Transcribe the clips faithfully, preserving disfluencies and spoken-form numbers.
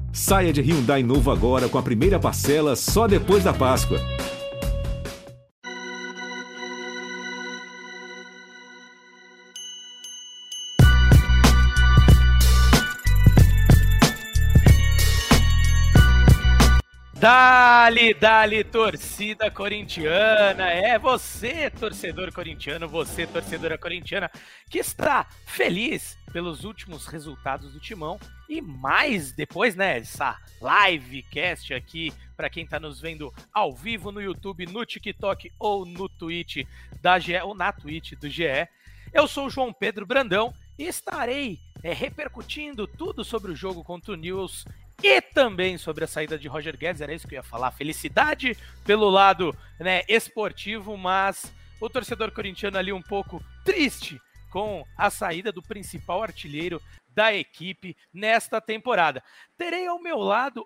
Saia de Hyundai novo agora com a primeira parcela só depois da Páscoa. Dali, dali, torcida corintiana, é você, torcedor corintiano, você, torcedora corintiana, que está feliz pelos últimos resultados do Timão e mais depois, né, essa livecast aqui, para quem está nos vendo ao vivo no YouTube, no TikTok ou no Twitch da G E, ou na Twitch do G E. Eu sou o João Pedro Brandão e estarei é, repercutindo tudo sobre o jogo contra o Newell's e também sobre a saída de Roger Guedes. Era isso que eu ia falar. Felicidade pelo lado, né, esportivo, mas o torcedor corintiano ali um pouco triste com a saída do principal artilheiro da equipe nesta temporada. Terei ao meu lado,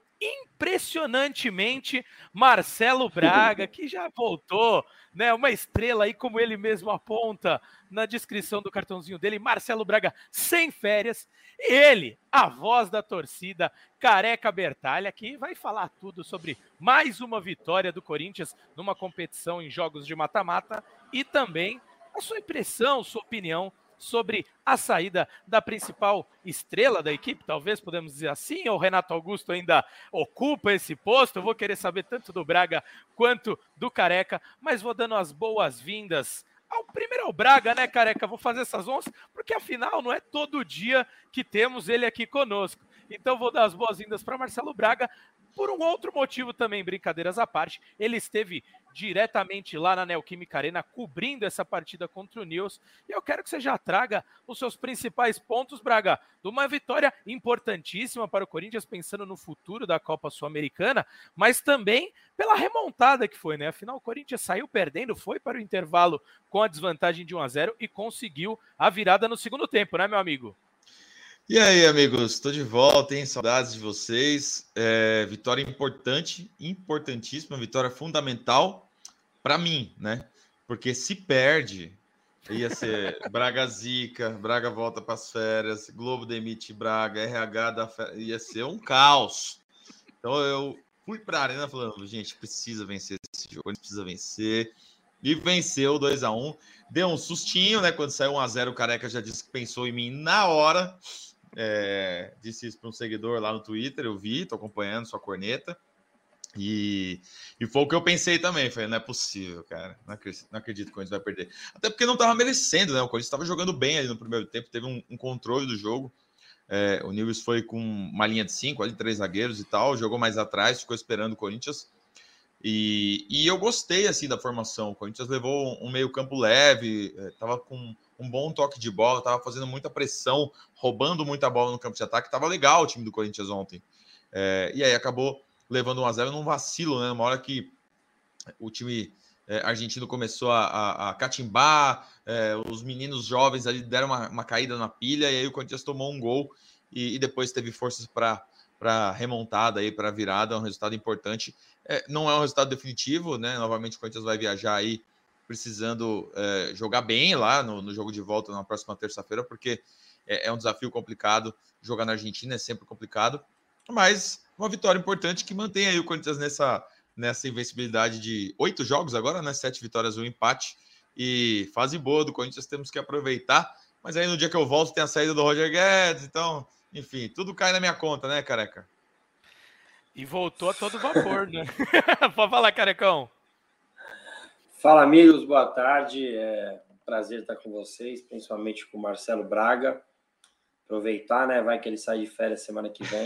impressionantemente, Marcelo Braga, que já voltou, né, uma estrela aí, como ele mesmo aponta na descrição do cartãozinho dele, Marcelo Braga sem férias, e ele, a voz da torcida, Careca Bertalha, que vai falar tudo sobre mais uma vitória do Corinthians numa competição em jogos de mata-mata e também a sua impressão, sua opinião sobre a saída da principal estrela da equipe, talvez podemos dizer assim, ou o Renato Augusto ainda ocupa esse posto. Eu vou querer saber tanto do Braga quanto do Careca, mas vou dando as boas-vindas ao primeiro ao Braga, né, Careca? Vou fazer essas honras, porque afinal não é todo dia que temos ele aqui conosco. Então vou dar as boas-vindas para Marcelo Braga, por um outro motivo também, brincadeiras à parte. Ele esteve diretamente lá na Neoquímica Arena, cobrindo essa partida contra o Newell's. E eu quero que você já traga os seus principais pontos, Braga, de uma vitória importantíssima para o Corinthians, pensando no futuro da Copa Sul-Americana, mas também pela remontada que foi, né? Afinal, o Corinthians saiu perdendo, foi para o intervalo com a desvantagem de um a zero e conseguiu a virada no segundo tempo, né, meu amigo? E aí, amigos, estou de volta, hein? Saudades de vocês. É, vitória importante, importantíssima, vitória fundamental para mim, né? Porque se perde, ia ser Braga zica, Braga volta para as férias, Globo demite Braga, R H da férias, ia ser um caos. Então eu fui para a arena falando, gente, precisa vencer esse jogo, precisa vencer. E venceu dois a um. Deu um sustinho, né? Quando saiu um a zero, o Careca já disse que pensou em mim na hora. É, disse isso para um seguidor lá no Twitter, eu vi, tô acompanhando sua corneta, e, e foi o que eu pensei também. Falei, não é possível, cara, não acredito, não acredito que o Corinthians vai perder, até porque não tava merecendo, né? O Corinthians estava jogando bem ali no primeiro tempo, teve um, um controle do jogo. É, o Newell's foi com uma linha de cinco, ali três zagueiros e tal, jogou mais atrás, ficou esperando o Corinthians. E, e eu gostei assim da formação. O Corinthians levou um meio campo leve, estava com um bom toque de bola, estava fazendo muita pressão, roubando muita bola no campo de ataque. Estava legal o time do Corinthians ontem. É, e aí acabou levando um a zero num vacilo, né? Uma hora que o time é, argentino começou a, a, a catimbar, é, os meninos jovens ali deram uma, uma caída na pilha, e aí o Corinthians tomou um gol e, e depois teve forças para para remontada aí, para virada, é um resultado importante. É, não é um resultado definitivo, né? Novamente o Corinthians vai viajar aí precisando é, jogar bem lá no, no jogo de volta na próxima terça-feira, porque é, é um desafio complicado. Jogar na Argentina é sempre complicado, mas uma vitória importante que mantém aí o Corinthians nessa, nessa invencibilidade de oito jogos agora, né? Sete vitórias, um empate, e fase boa do Corinthians, temos que aproveitar. Mas aí no dia que eu volto tem a saída do Roger Guedes, então... Enfim, tudo cai na minha conta, né, Careca? E voltou a todo vapor, né? Pode falar, Carecão. Fala, amigos, boa tarde. É um prazer estar com vocês, principalmente com o Marcelo Braga. Aproveitar, né? Vai que ele sai de férias semana que vem.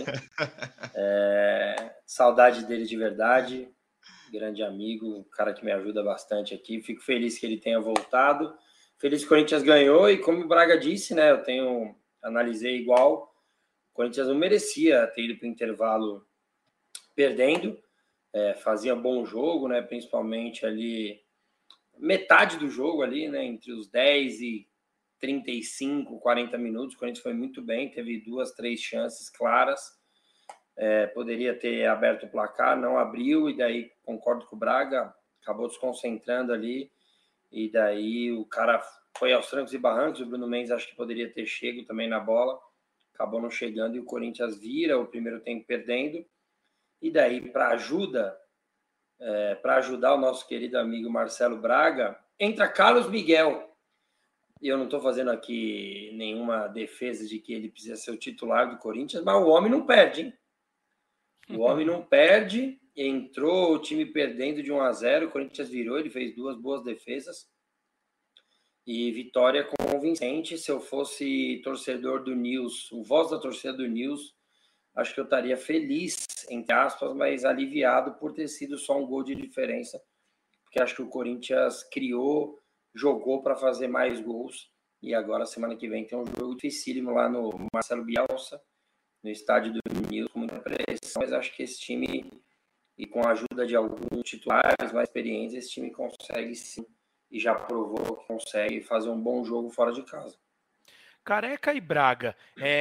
É... Saudade dele de verdade. Grande amigo, um cara que me ajuda bastante aqui. Fico feliz que ele tenha voltado. Feliz que o Corinthians ganhou e, como o Braga disse, né? Eu tenho analisei igual. O Corinthians não merecia ter ido para o intervalo perdendo, é, fazia bom jogo, né? Principalmente ali, metade do jogo ali, né? Entre os dez e trinta e cinco, quarenta minutos, o Corinthians foi muito bem, teve duas, três chances claras, é, poderia ter aberto o placar, não abriu, e daí, concordo com o Braga, acabou desconcentrando ali, e daí o cara foi aos trancos e barrancos. O Bruno Mendes acho que poderia ter chego também na bola, acabou não chegando e o Corinthians vira o primeiro tempo perdendo. E daí, para ajuda, é, para ajudar o nosso querido amigo Marcelo Braga, entra Carlos Miguel. E eu não estou fazendo aqui nenhuma defesa de que ele precisa ser o titular do Corinthians, mas o homem não perde, hein? O homem não perde, entrou o time perdendo de um a zero, o Corinthians virou, ele fez duas boas defesas. E vitória convincente. Se eu fosse torcedor do Nils, o voz da torcida do Nils, acho que eu estaria feliz, entre aspas, mas aliviado por ter sido só um gol de diferença, porque acho que o Corinthians criou, jogou para fazer mais gols, e agora, semana que vem, tem um jogo dificílimo lá no Marcelo Bielsa, no estádio do Nils, com muita pressão, mas acho que esse time, e com a ajuda de alguns titulares mais experientes, esse time consegue sim, e já provou que consegue fazer um bom jogo fora de casa. Careca e Braga,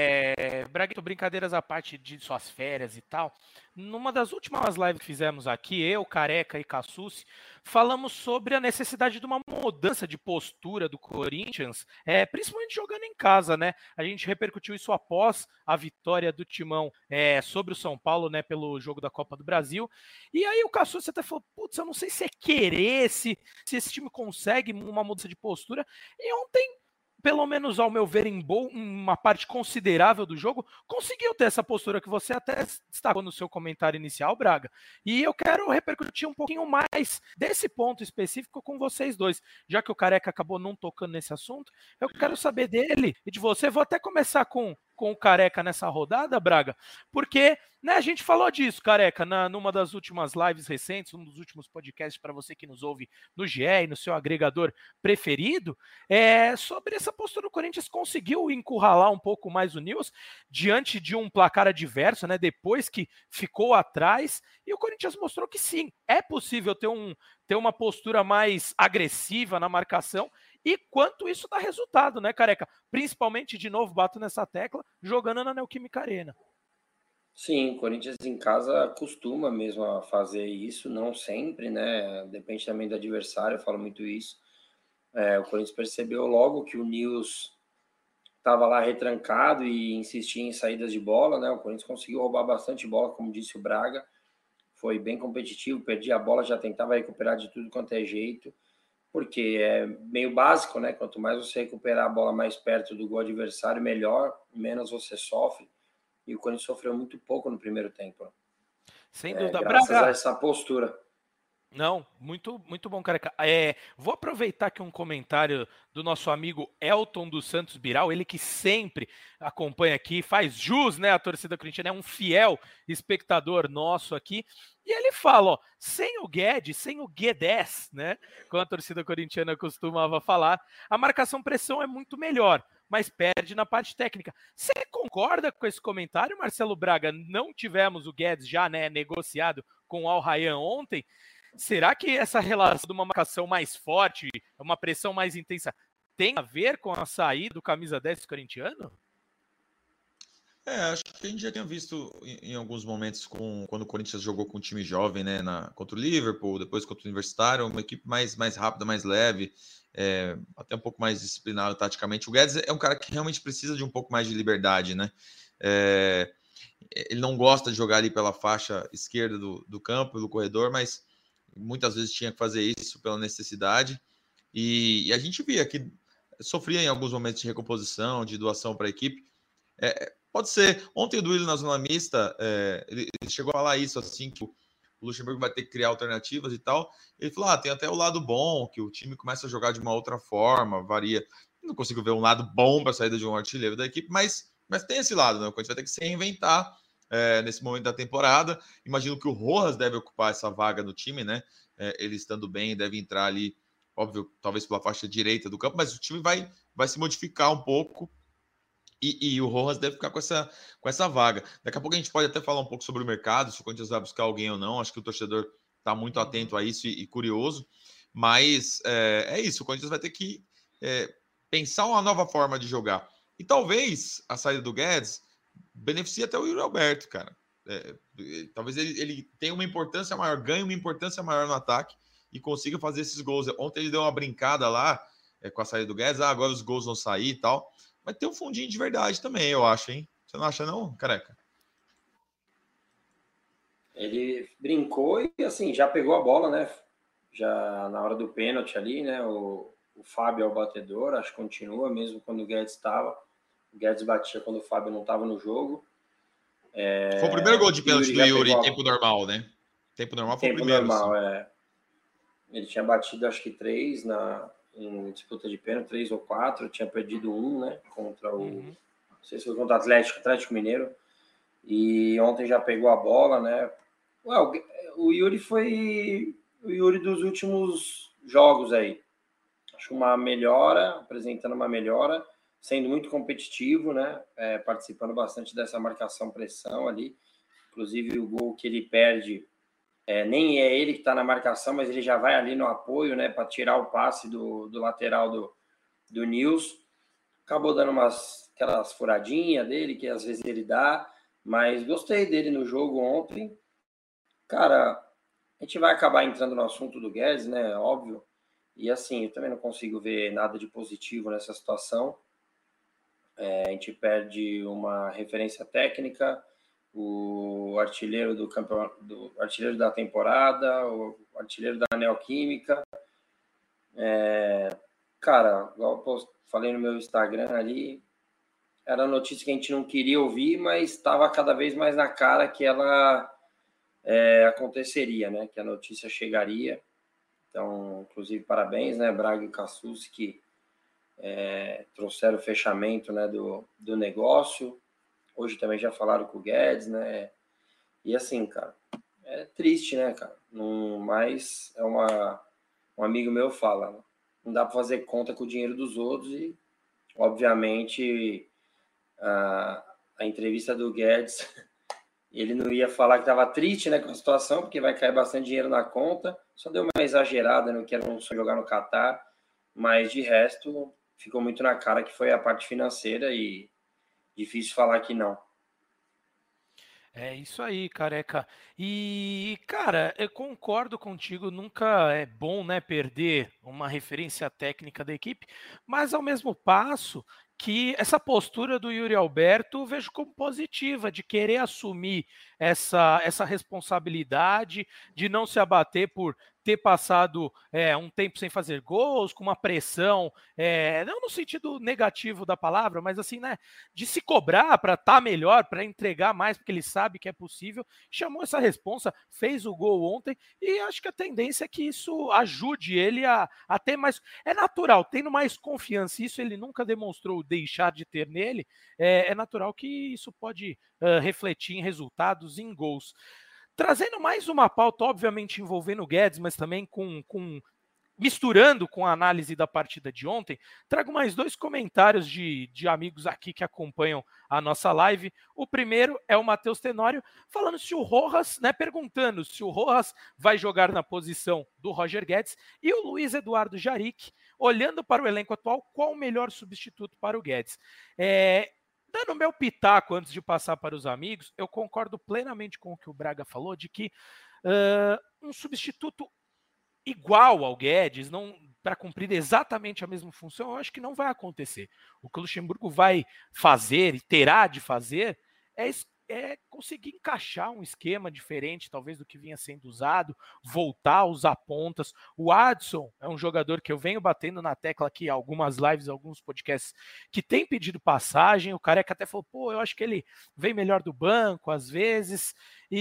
é, Braga, brincadeiras à parte de suas férias e tal, numa das últimas lives que fizemos aqui, eu, Careca e Cassucci, falamos sobre a necessidade de uma mudança de postura do Corinthians, é, principalmente jogando em casa, né? A gente repercutiu isso após a vitória do Timão é, sobre o São Paulo, né, pelo jogo da Copa do Brasil, e aí o Cassucci até falou, putz, eu não sei se é querer, se, se esse time consegue uma mudança de postura, e ontem, pelo menos ao meu ver, em bom, uma parte considerável do jogo, conseguiu ter essa postura que você até destacou no seu comentário inicial, Braga. E eu quero repercutir um pouquinho mais desse ponto específico com vocês dois. Já que o Careca acabou não tocando nesse assunto, eu quero saber dele e de você. Vou até começar com, com o Careca nessa rodada, Braga, porque né, a gente falou disso, Careca, na, numa das últimas lives recentes, um dos últimos podcasts para você que nos ouve no G E e no seu agregador preferido, é, sobre essa postura do Corinthians conseguiu encurralar um pouco mais o Nils diante de um placar adverso, né, depois que ficou atrás, e o Corinthians mostrou que sim, é possível ter, um, ter uma postura mais agressiva na marcação, e quanto isso dá resultado, né, Careca? Principalmente, de novo, bato nessa tecla, jogando na Neoquímica Arena. Sim, o Corinthians em casa costuma mesmo a fazer isso, não sempre, né? Depende também do adversário, eu falo muito isso. É, o Corinthians percebeu logo que o Nils estava lá retrancado e insistia em saídas de bola, né? O Corinthians conseguiu roubar bastante bola, como disse o Braga, foi bem competitivo, perdia a bola, já tentava recuperar de tudo quanto é jeito, porque é meio básico, né? Quanto mais você recuperar a bola mais perto do gol adversário, melhor, menos você sofre. E o Corinthians sofreu muito pouco no primeiro tempo. Sem dúvida. É, graças Braga, a essa postura. Não, muito, muito bom, Careca. É, vou aproveitar aqui um comentário do nosso amigo Elton dos Santos Biral, ele que sempre acompanha aqui, faz jus, né, a torcida corintiana, é um fiel espectador nosso aqui, e ele fala, ó, sem o Guedes, sem o Guedes, né, como a torcida corintiana costumava falar, a marcação-pressão é muito melhor, mas perde na parte técnica. Você concorda com esse comentário, Marcelo Braga? Não tivemos o Guedes já, né, negociado com o Al Rayyan ontem. Será que essa relação de uma marcação mais forte, uma pressão mais intensa, tem a ver com a saída do camisa dez corintiano? É, acho que a gente já tinha visto em, em alguns momentos com, quando o Corinthians jogou com um time jovem, né, na, contra o Liverpool, depois contra o Universitário, uma equipe mais, mais rápida, mais leve, é, até um pouco mais disciplinada taticamente. O Guedes é um cara que realmente precisa de um pouco mais de liberdade, né? É, ele não gosta de jogar ali pela faixa esquerda do, do campo, do corredor, mas muitas vezes tinha que fazer isso pela necessidade. E, e a gente via que sofria em alguns momentos de recomposição, de doação para a equipe. É, pode ser. Ontem o Duílio na zona mista, é, ele, ele chegou a falar isso, assim, que o Luxemburgo vai ter que criar alternativas e tal. Ele falou, ah, tem até o lado bom, que o time começa a jogar de uma outra forma, varia. Não consigo ver um lado bom para a saída de um artilheiro da equipe, mas, mas tem esse lado, né? A gente vai ter que se reinventar é, nesse momento da temporada. Imagino que o Rojas deve ocupar essa vaga no time, né? É, ele estando bem, deve entrar ali, óbvio, talvez pela faixa direita do campo, mas o time vai, vai se modificar um pouco. E, e o Rojas deve ficar com essa, com essa vaga. Daqui a pouco a gente pode até falar um pouco sobre o mercado, se o Corinthians vai buscar alguém ou não. Acho que o torcedor está muito atento a isso e, e curioso. Mas é, é isso, o Corinthians vai ter que é, pensar uma nova forma de jogar. E talvez a saída do Guedes beneficie até o Yuri Alberto, cara. É, talvez ele, ele tenha uma importância maior, ganhe uma importância maior no ataque e consiga fazer esses gols. Ontem ele deu uma brincada lá é, com a saída do Guedes. Ah, agora os gols vão sair e tal. Vai ter um fundinho de verdade também, eu acho, hein? Você não acha não, Careca? Ele brincou e, assim, já pegou a bola, né? Já na hora do pênalti ali, né? O, o Fábio é o batedor, acho que continua, mesmo quando o Guedes estava. O Guedes batia quando o Fábio não estava no jogo. É... Foi o primeiro gol de pênalti do Yuri, a... tempo normal, né? Tempo normal foi tempo o primeiro. Normal, sim. é. Ele tinha batido, acho que três na, em disputa de pênalti, três ou quatro. Tinha perdido um, né? Contra o... Uhum. Não sei se foi contra o Atlético, Atlético Mineiro. E ontem já pegou a bola, né? Well, o Yuri foi o Yuri dos últimos jogos aí. Acho uma melhora, apresentando uma melhora, sendo muito competitivo, né? É, participando bastante dessa marcação-pressão ali. Inclusive, o gol que ele perde, é, nem é ele que está na marcação, mas ele já vai ali no apoio, né? Para tirar o passe do, do lateral do, do Nils. Acabou dando umas aquelas furadinhas dele, que às vezes ele dá, mas gostei dele no jogo ontem. Cara, a gente vai acabar entrando no assunto do Guedes, né? Óbvio. E assim, eu também não consigo ver nada de positivo nessa situação. É, a gente perde uma referência técnica, o artilheiro do campeonato, do artilheiro da temporada, o artilheiro da Neoquímica. É, cara, igual eu falei no meu Instagram ali, era notícia que a gente não queria ouvir, mas estava cada vez mais na cara que ela é, aconteceria, né? Que a notícia chegaria. Então, inclusive, parabéns, né? Braga e Cassucci, que é, trouxeram o fechamento, né, do, do negócio. Hoje também já falaram com o Guedes, né? E assim, cara, é triste, né, cara? Não, mas é uma... Um amigo meu fala, não dá para fazer conta com o dinheiro dos outros e, obviamente, a, a entrevista do Guedes, ele não ia falar que estava triste, né, com a situação, porque vai cair bastante dinheiro na conta, só deu uma exagerada, não quero só jogar no Catar, mas de resto ficou muito na cara que foi a parte financeira e difícil falar que não. É isso aí, Careca. E, cara, eu concordo contigo, nunca é bom, né, perder uma referência técnica da equipe, mas ao mesmo passo que essa postura do Yuri Alberto eu vejo como positiva, de querer assumir essa, essa responsabilidade, de não se abater por ter passado é, um tempo sem fazer gols, com uma pressão, é, não no sentido negativo da palavra, mas assim, né, de se cobrar para estar tá melhor, para entregar mais, porque ele sabe que é possível, chamou essa responsa, fez o gol ontem, e acho que a tendência é que isso ajude ele a, a ter mais, é natural, tendo mais confiança, isso ele nunca demonstrou deixar de ter nele, é, é natural que isso pode uh, refletir em resultados, em gols. Trazendo mais uma pauta, obviamente envolvendo o Guedes, mas também com, com misturando com a análise da partida de ontem, trago mais dois comentários de, de amigos aqui que acompanham a nossa live. O primeiro é o Matheus Tenório, falando se o Rojas, né, perguntando se o Rojas vai jogar na posição do Roger Guedes, e o Luiz Eduardo Jaric, olhando para o elenco atual, qual o melhor substituto para o Guedes. É... Dando meu pitaco antes de passar para os amigos, eu concordo plenamente com o que o Braga falou, de que uh, um substituto igual ao Guedes, não para cumprir exatamente a mesma função, eu acho que não vai acontecer. O que o Luxemburgo vai fazer e terá de fazer é, é conseguir encaixar um esquema diferente, talvez, do que vinha sendo usado, voltar a usar pontas. O Adson é um jogador que eu venho batendo na tecla aqui, algumas lives, alguns podcasts, que tem pedido passagem. O Careca até falou, pô, eu acho que ele vem melhor do banco, às vezes.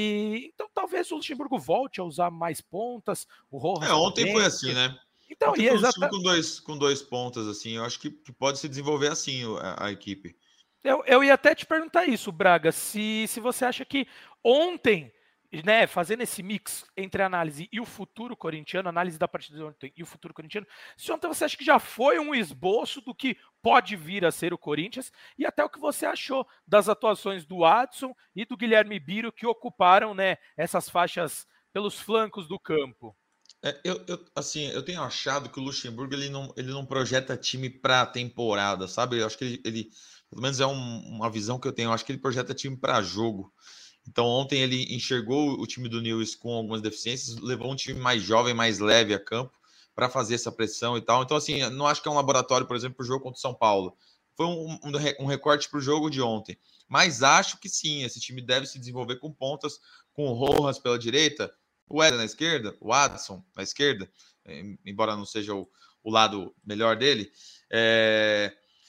E então talvez o Luxemburgo volte a usar mais pontas. O Rojas é, ontem também, foi assim, né? Então, ontem e foi exata... um time com dois, com dois pontas, assim. Eu acho que, que pode se desenvolver assim a, a equipe. Eu, eu ia até te perguntar isso, Braga, se, se você acha que ontem, né, fazendo esse mix entre a análise e o futuro corintiano, análise da partida de ontem e o futuro corintiano, se ontem você acha que já foi um esboço do que pode vir a ser o Corinthians e até o que você achou das atuações do Adson e do Guilherme Biro, que ocuparam, né, essas faixas pelos flancos do campo. É, eu, eu, assim, eu tenho achado que o Luxemburgo ele não, ele não projeta time para a temporada, sabe? Eu acho que ele, ele pelo menos é um, uma visão que eu tenho, eu acho que ele projeta time para jogo. Então ontem ele enxergou o time do Nils com algumas deficiências, levou um time mais jovem, mais leve a campo para fazer essa pressão e tal. Então assim, não acho que é um laboratório, por exemplo, para o jogo contra o São Paulo. foi um, um, um recorte para o jogo de ontem. Mas acho que sim, esse time deve se desenvolver com pontas, com o Rojas pela direita, o Éder na esquerda, o Adson na esquerda, embora não seja o, o lado melhor dele. É...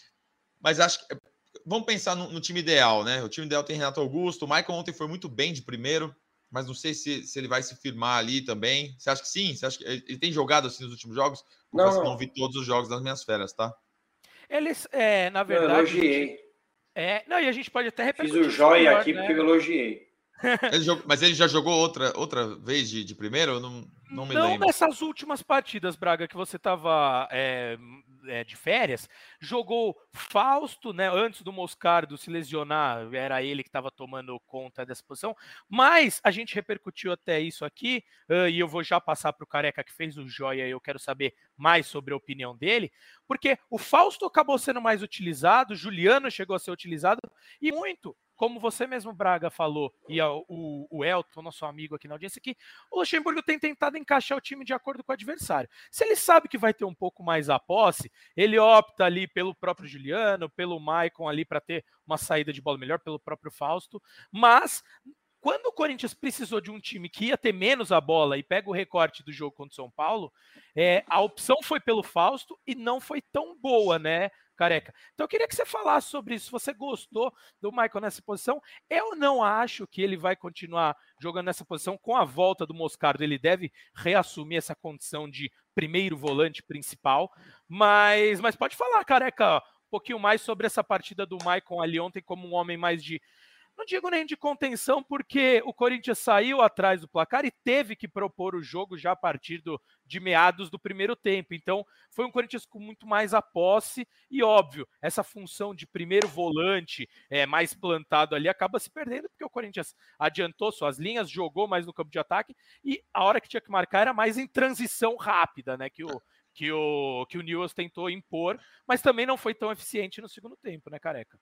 Mas acho que... Vamos pensar no, no time ideal, né? O time ideal tem Renato Augusto, o Michael ontem foi muito bem de primeiro, mas não sei se, se ele vai se firmar ali também. Você acha que sim? Você acha que ele, ele tem jogado assim nos últimos jogos? Não, não, não. não vi todos os jogos das minhas férias, tá? Eles, é, na verdade... Eu elogiei. Gente, é, não, e a gente pode até repetir. Fiz o joia aqui, né? Porque eu elogiei. Ele jogou, mas ele já jogou outra, outra vez de, de primeiro? Eu não, não me não lembro. Não nessas últimas partidas, Braga, que você estava é, é, de férias. Jogou Fausto, né? Antes do Moscardo se lesionar, era ele que estava tomando conta dessa posição. Mas a gente repercutiu até isso aqui, uh, e eu vou já passar para o Careca que fez o joia, e eu quero saber mais sobre a opinião dele, porque o Fausto acabou sendo mais utilizado, o Juliano chegou a ser utilizado, e muito... Como você mesmo, Braga, falou, e o, o Elton, nosso amigo aqui na audiência, que o Luxemburgo tem tentado encaixar o time de acordo com o adversário. Se ele sabe que vai ter um pouco mais a posse, ele opta ali pelo próprio Juliano, pelo Maicon ali para ter uma saída de bola melhor, pelo próprio Fausto, mas... Quando o Corinthians precisou de um time que ia ter menos a bola e pega o recorte do jogo contra o São Paulo, é, a opção foi pelo Fausto e não foi tão boa, né, Careca? Então eu queria que você falasse sobre isso. Se você gostou do Michael nessa posição, eu não acho que ele vai continuar jogando nessa posição. Com a volta do Moscardo, ele deve reassumir essa condição de primeiro volante principal. Mas, mas pode falar, Careca, um pouquinho mais sobre essa partida do Michael ali ontem como um homem mais de... Não digo nem de contenção, porque o Corinthians saiu atrás do placar e teve que propor o jogo já a partir do, de meados do primeiro tempo. Então, foi um Corinthians com muito mais a posse e, óbvio, essa função de primeiro volante é, mais plantado ali acaba se perdendo, porque o Corinthians adiantou suas linhas, jogou mais no campo de ataque e a hora que tinha que marcar era mais em transição rápida, né, que o, que o, que o Newell's tentou impor, mas também não foi tão eficiente no segundo tempo, né, Careca?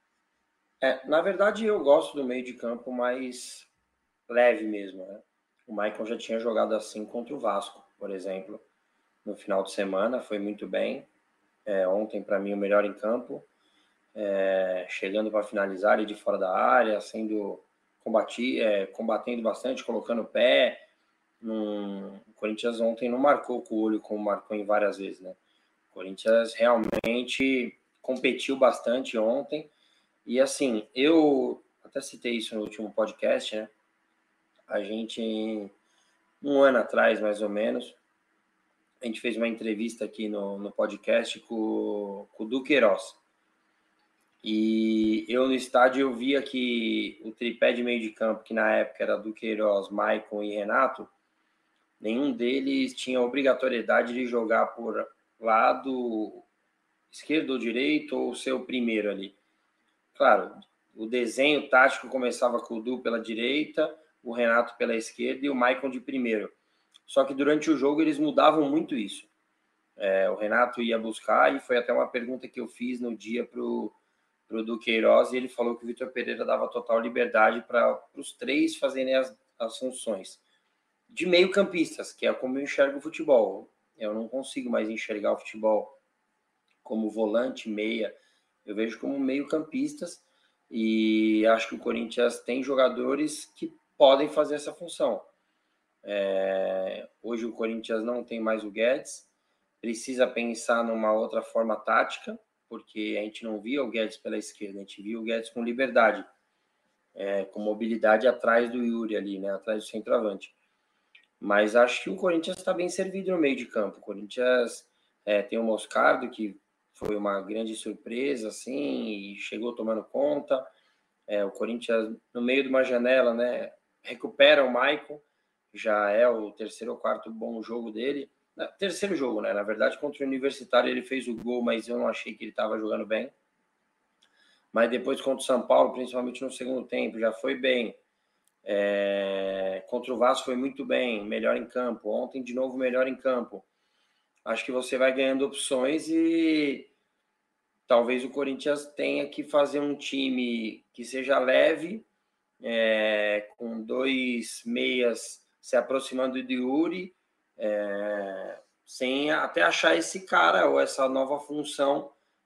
É, na verdade, eu gosto do meio de campo mais leve mesmo, né? O Michael já tinha jogado assim contra o Vasco, por exemplo, no final de semana, foi muito bem. É, ontem, para mim, o melhor em campo, é, chegando para finalizar ele de fora da área, sendo combati, é, combatendo bastante, colocando o pé. Num... O Corinthians ontem não marcou com o olho como marcou em várias vezes, né? O Corinthians realmente competiu bastante ontem. E assim, eu até citei isso no último podcast, né? A gente, um ano atrás, mais ou menos, a gente fez uma entrevista aqui no, no podcast com, com o Duqueiroz. E eu no estádio eu via que o tripé de meio de campo, que na época era Duqueiroz, Maicon e Renato, nenhum deles tinha obrigatoriedade de jogar por lado esquerdo ou direito ou ser o primeiro ali. Claro, o desenho tático começava com o Du pela direita, o Renato pela esquerda e o Maicon de primeiro. Só que durante o jogo eles mudavam muito isso. É, o Renato ia buscar, e foi até uma pergunta que eu fiz no dia para o Duqueiroz, e ele falou que o Vitor Pereira dava total liberdade para os três fazerem as, as funções de meio campistas, que é como eu enxergo o futebol. Eu não consigo mais enxergar o futebol como volante, meia, eu vejo como meio-campistas e acho que o Corinthians tem jogadores que podem fazer essa função. É, hoje o Corinthians não tem mais o Guedes, precisa pensar numa outra forma tática, porque a gente não via o Guedes pela esquerda, a gente via o Guedes com liberdade, é, com mobilidade atrás do Yuri ali, né, atrás do centroavante. Mas acho que o Corinthians está bem servido no meio de campo. O Corinthians é, tem o Moscardo, que foi uma grande surpresa, assim, e chegou tomando conta. É, o Corinthians, no meio de uma janela, né, recupera o Maicon, já é o terceiro ou quarto bom jogo dele. Terceiro jogo, né? Na verdade, contra o Universitário ele fez o gol, mas eu não achei que ele estava jogando bem. Mas depois contra o São Paulo, principalmente no segundo tempo, já foi bem. É... Contra o Vasco foi muito bem, melhor em campo. Ontem, de novo, melhor em campo. Acho que você vai ganhando opções e talvez o Corinthians tenha que fazer um time que seja leve, é... com dois meias se aproximando de Yuri, é... sem até achar esse cara ou essa nova função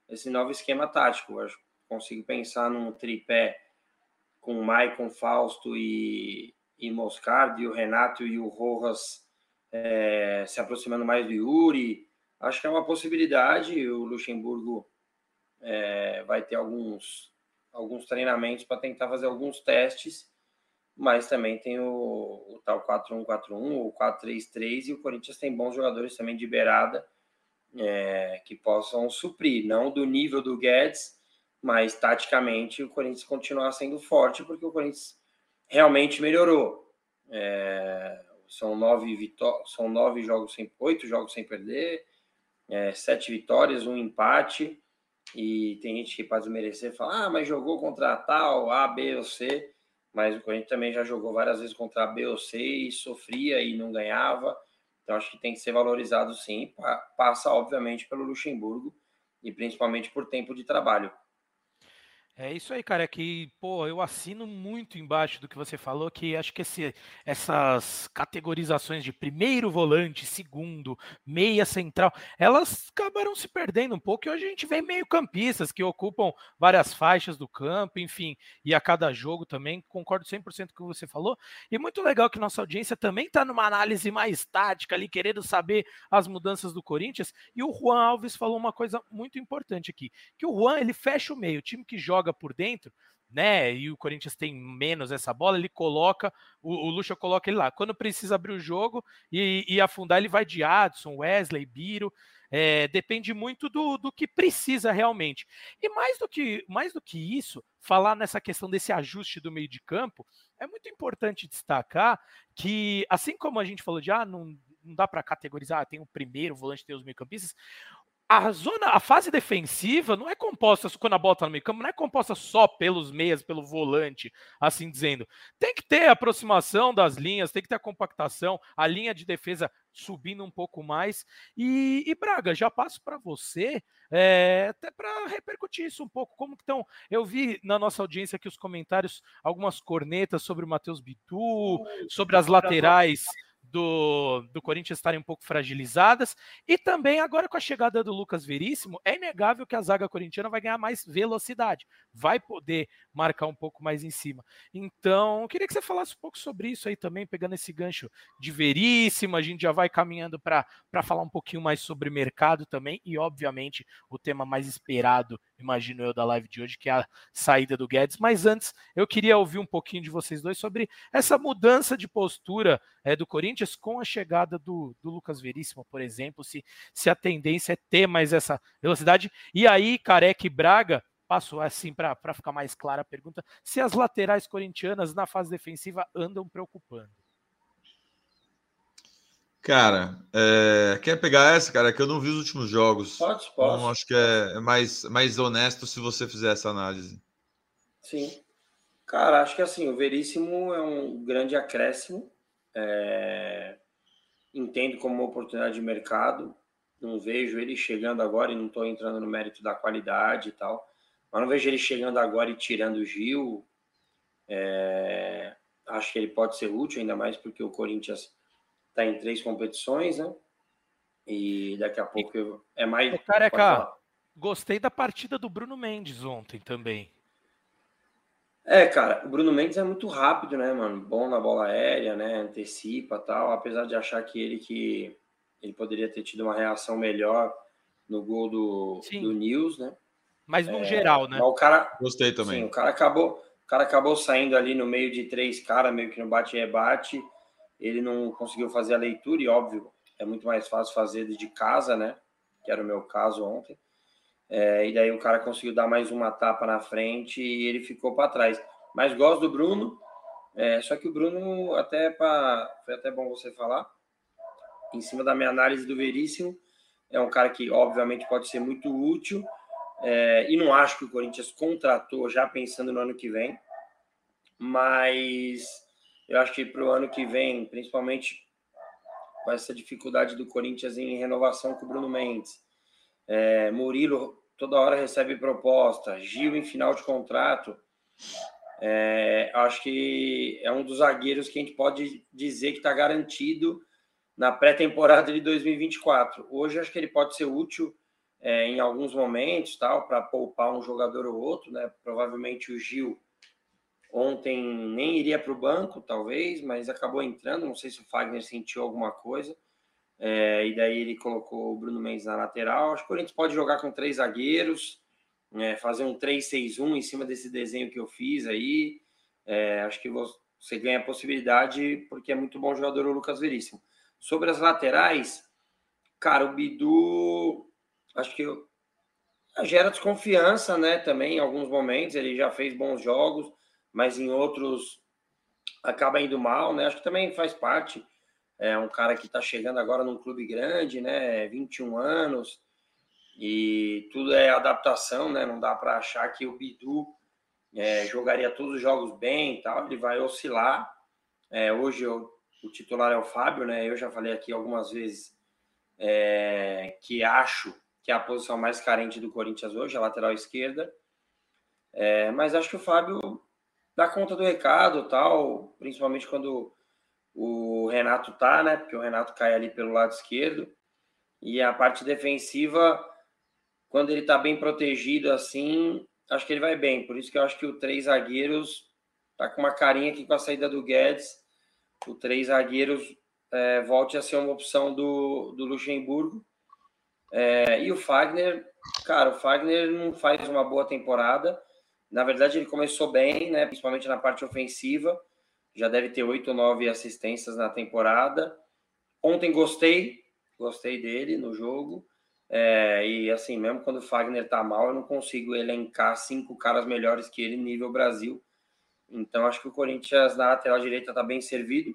esse novo esquema tático. Eu consigo pensar num tripé com o Maicon, Fausto e, e Moscardo, e o Renato e o Rojas é, se aproximando mais do Yuri. Acho que é uma possibilidade. O Luxemburgo é, vai ter alguns, alguns treinamentos para tentar fazer alguns testes, mas também tem o, o tal quatro um quatro um, o quatro três três, e o Corinthians tem bons jogadores também de beirada é, que possam suprir, não do nível do Guedes, mas taticamente o Corinthians continuar sendo forte, porque o Corinthians realmente melhorou. É, são nove vitó- são nove jogos sem oito jogos sem perder, é, sete vitórias, um empate, e tem gente que pode desmerecer e falar, ah, mas jogou contra tal, A, B ou C, mas o Corinthians também já jogou várias vezes contra A, B ou C e sofria e não ganhava. Então acho que tem que ser valorizado sim, passa obviamente pelo Luxemburgo e principalmente por tempo de trabalho. É isso aí, cara, é que, pô, eu assino muito embaixo do que você falou, que acho que esse, essas categorizações de primeiro volante, segundo, meia central, elas acabaram se perdendo um pouco, e hoje a gente vê meio-campistas que ocupam várias faixas do campo, enfim, e a cada jogo também, concordo cem por cento com o que você falou, e muito legal que nossa audiência também está numa análise mais tática ali, querendo saber as mudanças do Corinthians, e o Juan Alves falou uma coisa muito importante aqui, que o Juan, ele fecha o meio, o time que joga por dentro, né? E o Corinthians tem menos essa bola, ele coloca, o, o Lucha coloca ele lá. Quando precisa abrir o jogo e, e afundar, ele vai de Adson, Wesley, Biro. É, depende muito do, do que precisa realmente. E mais do que, mais do que isso, falar nessa questão desse ajuste do meio de campo, é muito importante destacar que, assim como a gente falou de ah, não, não dá para categorizar, tem o primeiro volante, tem os meio-campistas. A zona, a fase defensiva não é composta, quando a bola está no meio campo, não é composta só pelos meias, pelo volante, assim dizendo. Tem que ter a aproximação das linhas, tem que ter a compactação, a linha de defesa subindo um pouco mais. E, e Braga, já passo para você, é, até para repercutir isso um pouco. Como que estão? Eu vi na nossa audiência aqui os comentários, algumas cornetas sobre o Matheus Bitu, sobre as laterais Do, do Corinthians estarem um pouco fragilizadas, e também agora com a chegada do Lucas Veríssimo, é inegável que a zaga corintiana vai ganhar mais velocidade, vai poder marcar um pouco mais em cima. Então, eu queria que você falasse um pouco sobre isso aí também, pegando esse gancho de Veríssimo, a gente já vai caminhando para falar um pouquinho mais sobre mercado também, e obviamente o tema mais esperado, imagino eu, da live de hoje, que é a saída do Guedes. Mas antes, eu queria ouvir um pouquinho de vocês dois sobre essa mudança de postura é, do Corinthians com a chegada do, do Lucas Veríssimo, por exemplo, se, se a tendência é ter mais essa velocidade. E aí, Careca e Braga, passo assim para ficar mais clara a pergunta, se as laterais corintianas na fase defensiva andam preocupando. Cara, é, quer pegar essa, cara? Que eu não vi os últimos jogos. Pode, posso. Então, acho que é mais, mais honesto se você fizer essa análise. Sim. Cara, acho que assim, o Veríssimo é um grande acréscimo. É... Entendo como uma oportunidade de mercado. Não vejo ele chegando agora, e não estou entrando no mérito da qualidade e tal, mas não vejo ele chegando agora e tirando o Gil. É... Acho que ele pode ser útil, ainda mais porque o Corinthians está em três competições, né? E daqui a pouco eu... é mais. Ô, Careca, gostei da partida do Bruno Mendes ontem também. É, cara, o Bruno Mendes é muito rápido, né, mano? Bom na bola aérea, né? Antecipa tal. Apesar de achar que ele que ele poderia ter tido uma reação melhor no gol do, do Nils, né? Mas no é, geral, né? Mas o cara, gostei também. Sim, o cara acabou, o cara acabou saindo ali no meio de três caras, meio que no bate-rebate. Ele não conseguiu fazer a leitura, e óbvio, é muito mais fácil fazer de casa, né? Que era o meu caso ontem. É, e daí o cara conseguiu dar mais uma tapa na frente e ele ficou para trás. Mas gosto do Bruno, é, só que o Bruno, até pra, foi até bom você falar, em cima da minha análise do Veríssimo, é um cara que obviamente pode ser muito útil, é, e não acho que o Corinthians contratou já pensando no ano que vem, mas eu acho que para o ano que vem, principalmente com essa dificuldade do Corinthians em renovação com o Bruno Mendes, É, Murilo toda hora recebe proposta, Gil em final de contrato, é, acho que é um dos zagueiros que a gente pode dizer que está garantido na pré-temporada de dois mil e vinte e quatro. Hoje acho que ele pode ser útil é, em alguns momentos, tal, para poupar um jogador ou outro, né? Provavelmente o Gil ontem nem iria para o banco, talvez, mas acabou entrando. Não sei se o Fagner sentiu alguma coisa. É, e daí ele colocou o Bruno Mendes na lateral. Acho que o Corinthians pode jogar com três zagueiros, é, fazer um três seis um em cima desse desenho que eu fiz aí. É, acho que você ganha a possibilidade, porque é muito bom jogador o Lucas Veríssimo. Sobre as laterais, cara, o Bidu, acho que eu, gera desconfiança, né? Também em alguns momentos, ele já fez bons jogos, mas em outros acaba indo mal, né? Acho que também faz parte. É um cara que está chegando agora num clube grande, né? vinte e um anos, e tudo é adaptação, né? Não dá para achar que o Bidu é, jogaria todos os jogos bem e tal, ele vai oscilar. É, hoje eu, o titular é o Fábio, né? Eu já falei aqui algumas vezes é, que acho que é a posição mais carente do Corinthians hoje, a lateral esquerda. É, mas acho que o Fábio dá conta do recado, tal, principalmente quando o Renato tá, né? Porque o Renato cai ali pelo lado esquerdo. E a parte defensiva, quando ele tá bem protegido assim, acho que ele vai bem. Por isso que eu acho que o três zagueiros tá com uma carinha aqui com a saída do Guedes. O três zagueiros é, volte a ser uma opção do, do Luxemburgo. É, e o Fagner, cara, o Fagner não faz uma boa temporada. Na verdade, ele começou bem, né? Principalmente na parte ofensiva. Já deve ter oito ou nove assistências na temporada. Ontem gostei, gostei dele no jogo. É, e assim, mesmo quando o Fagner tá mal, eu não consigo elencar cinco caras melhores que ele nível Brasil. Então, acho que o Corinthians na lateral direita tá bem servido.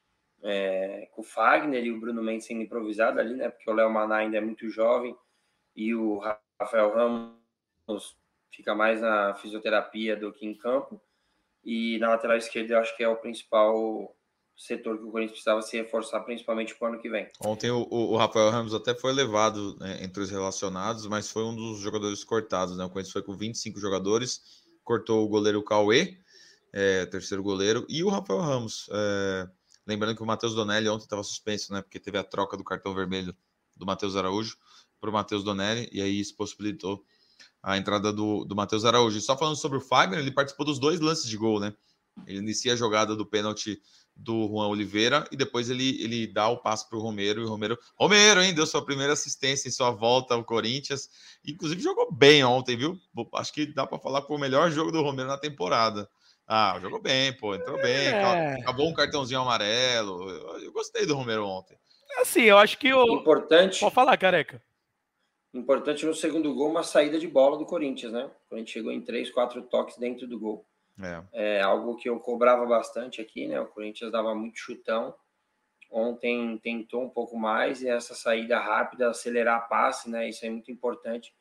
É, com o Fagner e o Bruno Mendes sendo improvisado ali, né? Porque o Léo Maná ainda é muito jovem e o Rafael Ramos fica mais na fisioterapia do que em campo. E na lateral esquerda eu acho que é o principal setor que o Corinthians precisava se reforçar, principalmente para o ano que vem. Ontem o, o Rafael Ramos até foi levado, né, entre os relacionados, mas foi um dos jogadores cortados, né? O Corinthians foi com vinte e cinco jogadores, cortou o goleiro Cauê, é, terceiro goleiro, e o Rafael Ramos. É, lembrando que o Matheus Donelli ontem estava suspenso, né? Porque teve a troca do cartão vermelho do Matheus Araújo para o Matheus Donelli, e aí isso possibilitou a entrada do, do Matheus Araújo. E só falando sobre o Fagner, ele participou dos dois lances de gol, né? Ele inicia a jogada do pênalti do Juan Oliveira e depois ele, ele dá o passe para o Romero. E o Romero, Romero, hein? Deu sua primeira assistência em sua volta ao Corinthians. Inclusive jogou bem ontem, viu? Acho que dá para falar que foi o melhor jogo do Romero na temporada. Ah, jogou bem, pô, entrou bem. É. Acabou um cartãozinho amarelo. Eu, eu gostei do Romero ontem. Assim, eu acho que o. Importante. Pode falar, careca. Importante no segundo gol, uma saída de bola do Corinthians, né? O Corinthians chegou em três, quatro toques dentro do gol. É. É algo que eu cobrava bastante aqui, né? O Corinthians dava muito chutão. Ontem tentou um pouco mais e essa saída rápida, acelerar a passe, né? Isso é muito importante.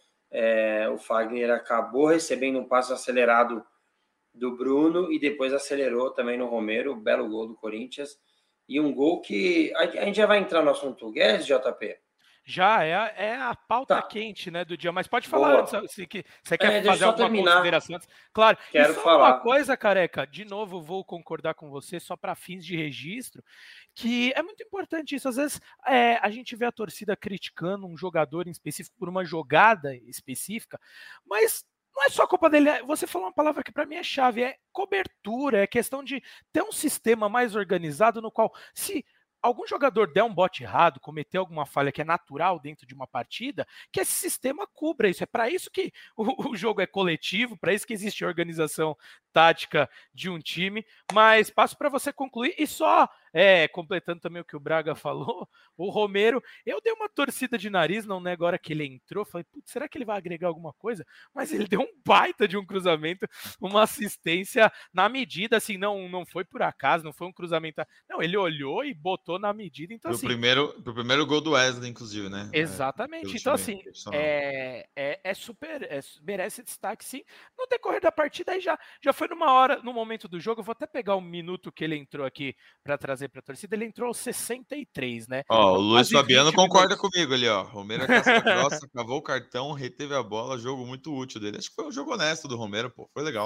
É, o Fagner acabou recebendo um passe acelerado do Bruno e depois acelerou também no Romero, belo gol do Corinthians. E um gol que... A gente já vai entrar no assunto Guedes, J P? Já, é a, é a pauta tá. quente, né, do dia. Mas pode falar Boa. antes, se, que, você quer é, fazer alguma terminar. consideração antes. Claro. Quero e só falar. uma coisa, careca, de novo vou concordar com você, só para fins de registro, que é muito importante isso. Às vezes é, a gente vê a torcida criticando um jogador em específico por uma jogada específica, mas não é só culpa dele. Você falou uma palavra que para mim é chave, é cobertura, é questão de ter um sistema mais organizado no qual, se algum jogador der um bote errado, cometer alguma falha que é natural dentro de uma partida, que esse sistema cubra isso. É para isso que o, o jogo é coletivo, para isso que existe a organização tática de um time. Mas passo para você concluir e só é, completando também o que o Braga falou, o Romero, eu dei uma torcida de nariz, não, né, agora que ele entrou, falei, putz, será que ele vai agregar alguma coisa? Mas ele deu um baita de um cruzamento, uma assistência na medida, assim, não, não foi por acaso, não foi um cruzamento, não, ele olhou e botou na medida, então pro assim... Primeiro, pro primeiro gol do Wesley, inclusive, né? Exatamente, é, então assim, é, é, é super, é, merece destaque sim, no decorrer da partida aí já, já foi numa hora, no momento do jogo, eu vou até pegar o minuto que ele entrou aqui para trazer para a torcida, ele entrou aos sessenta e três, né? Ó, então, o Luiz Fabiano concorda minutos. comigo ali, ó. Romero casca grossa, cavou o cartão, reteve a bola, jogo muito útil dele. Acho que foi um jogo honesto do Romero, pô, foi legal. Foi,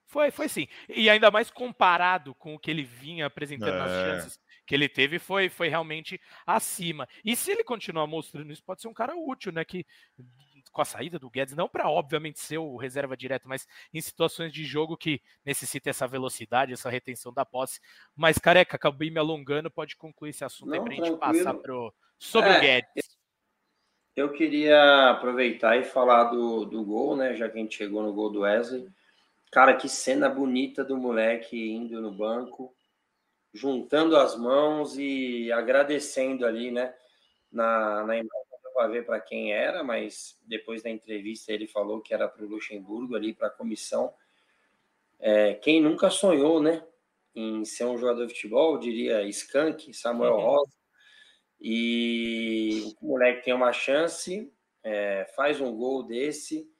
Foi, foi sim. E ainda mais comparado com o que ele vinha apresentando É. nas chances que ele teve, foi, foi realmente acima. E se ele continuar mostrando isso, pode ser um cara útil, né? Que com a saída do Guedes, não para obviamente ser o reserva direto, mas em situações de jogo que necessita essa velocidade, essa retenção da posse. Mas, Careca, acabei me alongando, pode concluir esse assunto aí Não, pra gente tranquilo. passar pro, sobre É, o Guedes. Eu queria aproveitar e falar do, do gol, né? Já que a gente chegou no gol do Wesley. Cara, que cena bonita do moleque indo no banco, juntando as mãos e agradecendo ali, né? Na, na imagem não vai ver para quem era, mas depois da entrevista ele falou que era para o Luxemburgo ali, para a comissão. É, quem nunca sonhou, né? Em ser um jogador de futebol, eu diria Skank, Samuel Uhum. Rosa. E o moleque tem uma chance, é, faz um gol desse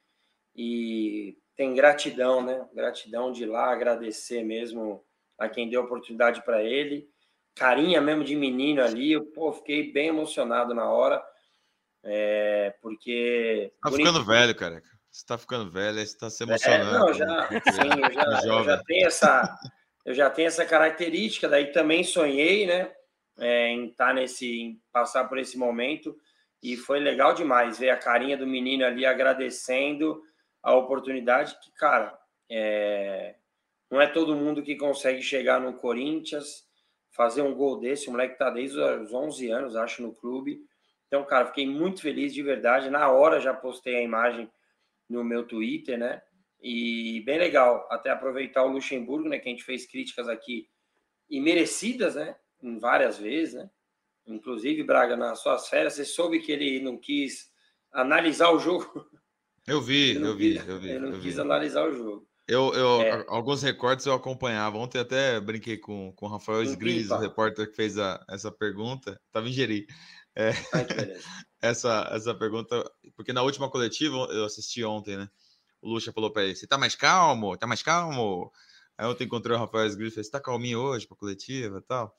e tem gratidão, né? Gratidão de ir lá agradecer mesmo a quem deu a oportunidade para ele. Carinha mesmo de menino ali, eu pô, fiquei bem emocionado na hora, é, porque... Tá bonito. ficando velho, careca. Você tá ficando velho, aí você tá se É, emocionando. não, já, sim, eu já, eu jovem. já tenho essa, eu já tenho essa característica, daí também sonhei, né? É, em estar nesse, em passar por esse momento, e foi legal demais ver a carinha do menino ali agradecendo a oportunidade que, cara, é, não é todo mundo que consegue chegar no Corinthians, fazer um gol desse. O moleque tá desde os onze anos, acho, no clube. Então, cara, fiquei muito feliz de verdade. Na hora já postei a imagem no meu Twitter, né? E bem legal, até aproveitar o Luxemburgo, né? Que a gente fez críticas aqui e merecidas, né? Em várias vezes, né? Inclusive, Braga, nas suas férias, você soube que ele não quis analisar o jogo. Eu vi, Ele não eu vi, quis, eu vi. ele não eu quis vi. analisar o jogo. Eu, eu, É. Alguns recortes eu acompanhava. Ontem até brinquei com, com o Rafael Em Sgris, o Pipa. repórter que fez a, essa pergunta. Estava em Jeri. É, Ai, que beleza. essa, essa pergunta, porque na última coletiva, eu assisti ontem, né? O Lucha falou para ele: você tá mais calmo? Tá mais calmo? Aí ontem encontrei o Rafael Sgris e falei: você tá calminho hoje pra coletiva e tal?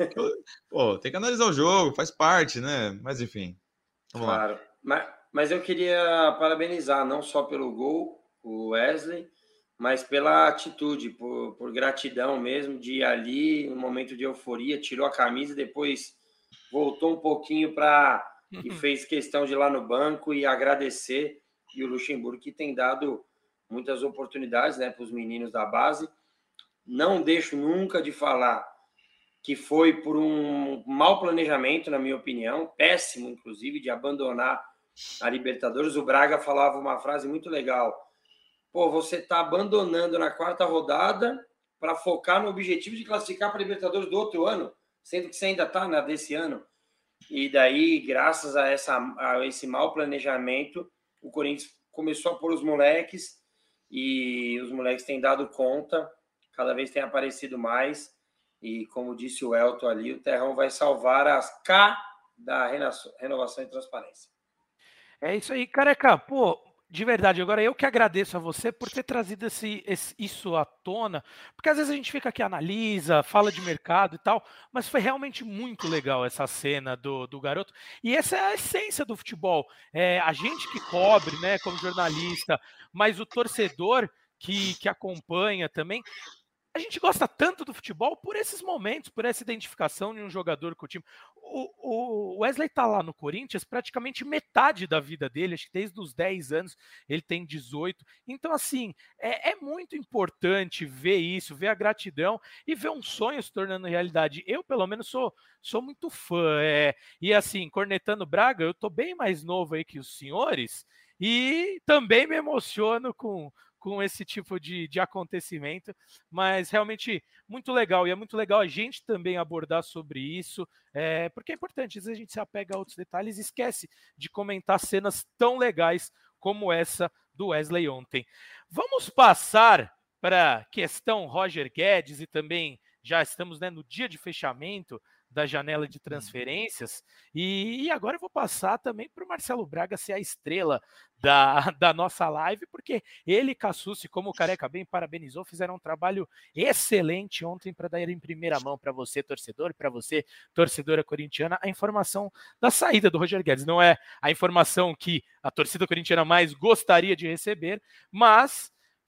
Pô, tem que analisar o jogo, faz parte, né? Mas enfim, vamos Claro. lá. Mas, mas eu queria parabenizar, não só pelo gol, o Wesley, mas pela atitude, por, por gratidão mesmo, de ir ali, um momento de euforia, tirou a camisa, depois voltou um pouquinho para e fez questão de ir lá no banco e agradecer. E o Luxemburgo, que tem dado muitas oportunidades, né, para os meninos da base. Não deixo nunca de falar que foi por um mau planejamento, na minha opinião, péssimo, inclusive, de abandonar a Libertadores. O Braga falava uma frase muito legal: pô, você está abandonando na quarta rodada para focar no objetivo de classificar para a Libertadores do outro ano, sendo que você ainda está na desse ano. E daí, graças a, essa, a esse mau planejamento, o Corinthians começou a pôr os moleques e os moleques têm dado conta, cada vez tem aparecido mais. E como disse o Elton ali, o Terrão vai salvar as K da Renovação e Transparência. É isso aí, Careca. Pô, de verdade, agora eu que agradeço a você por ter trazido esse, esse, isso à tona, porque às vezes a gente fica aqui, analisa, fala de mercado e tal, mas foi realmente muito legal essa cena do, do garoto, e essa é a essência do futebol. É, a gente que cobre, né, como jornalista, mas o torcedor que, que acompanha também, a gente gosta tanto do futebol por esses momentos, por essa identificação de um jogador com o time. O, o Wesley tá lá no Corinthians praticamente metade da vida dele, acho que desde os dez anos, ele tem dezoito. Então, assim, é, é muito importante ver isso, ver a gratidão e ver um sonho se tornando realidade. Eu, pelo menos, sou, sou muito fã. É, e assim, cornetando Braga, eu tô bem mais novo aí que os senhores e também me emociono com com esse tipo de, de acontecimento, mas realmente muito legal, e é muito legal a gente também abordar sobre isso, é, porque é importante, às vezes a gente se apega a outros detalhes e esquece de comentar cenas tão legais como essa do Wesley ontem. Vamos passar para a questão Roger Guedes, e também já estamos, né, no dia de fechamento da janela de transferências, e, e agora eu vou passar também para o Marcelo Braga ser a estrela da, da nossa live, porque ele e Cassucci, como o Careca bem parabenizou, fizeram um trabalho excelente ontem para dar em primeira mão para você, torcedor, para você, torcedora corintiana, a informação da saída do Roger Guedes. Não é a informação que a torcida corintiana mais gostaria de receber, mas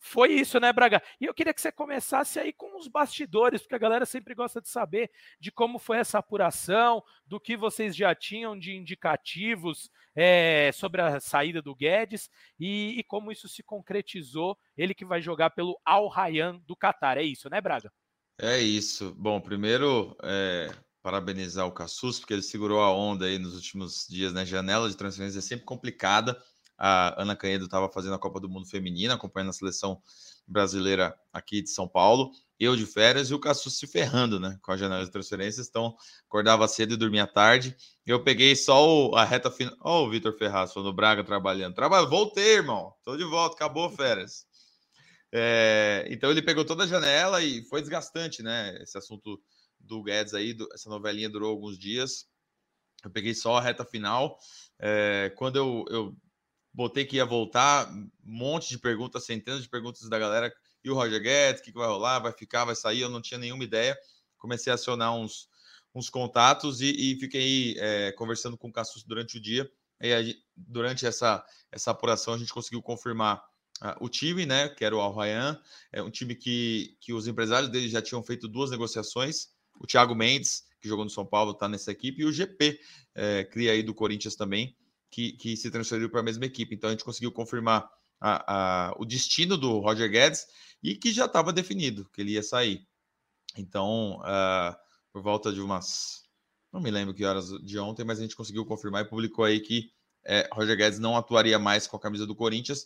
Foi isso, né, Braga? E eu queria que você começasse aí com os bastidores, porque a galera sempre gosta de saber de como foi essa apuração, do que vocês já tinham de indicativos é, sobre a saída do Guedes e, e como isso se concretizou, ele que vai jogar pelo Al Rayyan do Catar. É isso, né, Braga? É isso. Bom, primeiro, é, parabenizar o Cassus, porque ele segurou a onda aí nos últimos dias, né? Janela de transferência é sempre complicada. A Ana Canhedo estava fazendo a Copa do Mundo Feminina, acompanhando a seleção brasileira aqui de São Paulo. Eu de férias e o Cassus se ferrando, né? Com a janela de transferências. Então, acordava cedo e dormia tarde. Eu peguei só o, a reta final. Ó, oh, o Vitor Ferraz falando, Braga trabalhando. Trabalho, voltei, irmão. Tô de volta, acabou férias. É, então ele pegou toda a janela e foi desgastante, né? Esse assunto do Guedes aí, do, essa novelinha durou alguns dias. Eu peguei só a reta final. É, quando eu, eu botei que ia voltar, um monte de perguntas, centenas de perguntas da galera. E o Roger Guedes, o que, que vai rolar? Vai ficar, vai sair? Eu não tinha nenhuma ideia. Comecei a acionar uns, uns contatos e, e fiquei é, conversando com o Cassus durante o dia. E aí, durante essa, essa apuração, a gente conseguiu confirmar Uh, o time, né, que era o Al Rayyan, é um time que, que os empresários dele já tinham feito duas negociações. O Thiago Mendes, que jogou no São Paulo, está nessa equipe, e o G P, é, cria aí do Corinthians também, que, que se transferiu para a mesma equipe. Então a gente conseguiu confirmar a, a, o destino do Roger Guedes e que já estava definido, que ele ia sair. Então, uh, por volta de umas... não me lembro que horas de ontem, mas a gente conseguiu confirmar e publicou aí que é, Roger Guedes não atuaria mais com a camisa do Corinthians.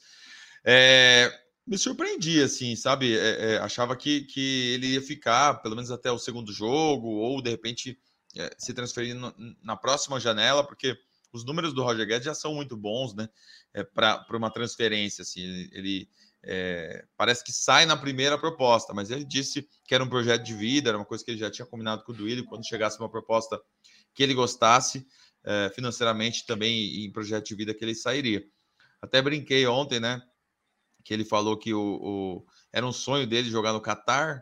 É, me surpreendi, assim, sabe? É, é, achava que, que ele ia ficar pelo menos até o segundo jogo, ou de repente é, se transferir no, na próxima janela, porque os números do Roger Guedes já são muito bons, né? É, para uma transferência, assim, ele, ele é, parece que sai na primeira proposta, mas ele disse que era um projeto de vida, era uma coisa que ele já tinha combinado com o Duílio, quando chegasse uma proposta que ele gostasse, é, financeiramente também, e em projeto de vida, que ele sairia. Até brinquei ontem, né? Que ele falou que o, o, era um sonho dele jogar no Catar,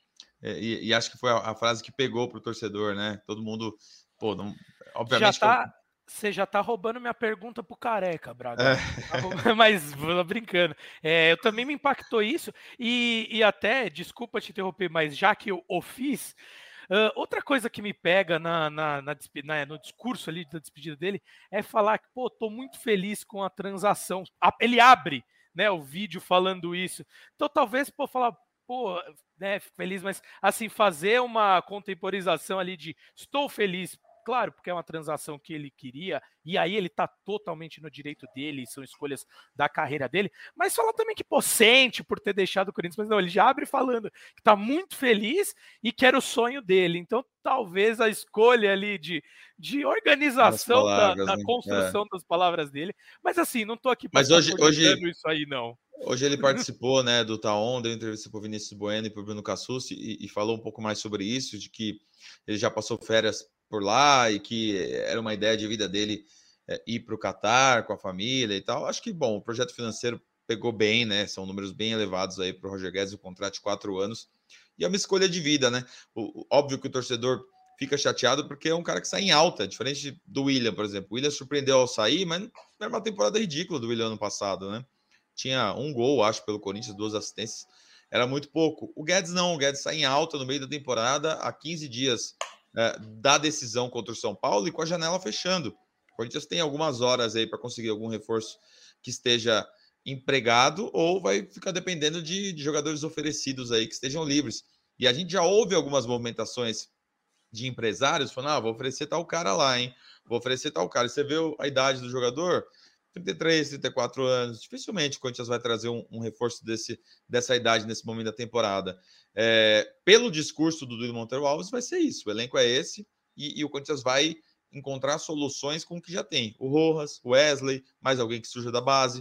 é, e, e acho que foi a, a frase que pegou para o torcedor, né? Todo mundo, pô, não, obviamente... Já tá, você já tá roubando minha pergunta pro Careca, Braga. É. Mas, vou brincando. É, eu também me impactou isso, e, e até, desculpa te interromper, mas já que eu o fiz, uh, outra coisa que me pega na, na, na, na, no discurso ali da despedida dele é falar que, pô, tô muito feliz com a transação. Ele abre, né, o vídeo falando isso. Então, talvez, pô, falar, pô, né, fico feliz, mas, assim, fazer uma contemporização ali de estou feliz, claro, porque é uma transação que ele queria, e aí ele tá totalmente no direito dele, são escolhas da carreira dele, mas falar também que, pô, sente por ter deixado o Corinthians, mas não, ele já abre falando que tá muito feliz e que era o sonho dele. Então, talvez a escolha ali de, de organização palavras, da, da né? construção é. das palavras dele, mas assim, não tô aqui mas hoje, hoje isso aí, não. Hoje ele participou, né, do Tá On, deu entrevista para o Vinícius Bueno e para o Bruno Cassus e, e falou um pouco mais sobre isso, de que ele já passou férias por lá e que era uma ideia de vida dele é, ir para o Catar com a família e tal. Acho que, bom, o projeto financeiro pegou bem, né? São números bem elevados aí para o Roger Guedes, o contrato de quatro anos. E é uma escolha de vida, né? O, o, óbvio que o torcedor fica chateado porque é um cara que sai em alta, diferente do William, por exemplo. O William surpreendeu ao sair, mas era uma temporada ridícula do William ano passado, né? Tinha um gol, acho, pelo Corinthians, duas assistências. Era muito pouco. O Guedes não. O Guedes sai em alta no meio da temporada, há quinze dias é, da decisão contra o São Paulo e com a janela fechando. O Corinthians tem algumas horas aí para conseguir algum reforço que esteja empregado ou vai ficar dependendo de, de jogadores oferecidos aí que estejam livres. E a gente já ouve algumas movimentações de empresários falando, ah, vou oferecer tal cara lá, hein? Vou oferecer tal cara. E você vê a idade do jogador... trinta e três, trinta e quatro anos, dificilmente o Corinthians vai trazer um, um reforço desse, dessa idade nesse momento da temporada. É, pelo discurso do Duílio Monteiro Alves, vai ser isso. O elenco é esse e, e o Corinthians vai encontrar soluções com o que já tem. O Rojas, o Wesley, mais alguém que surja da base.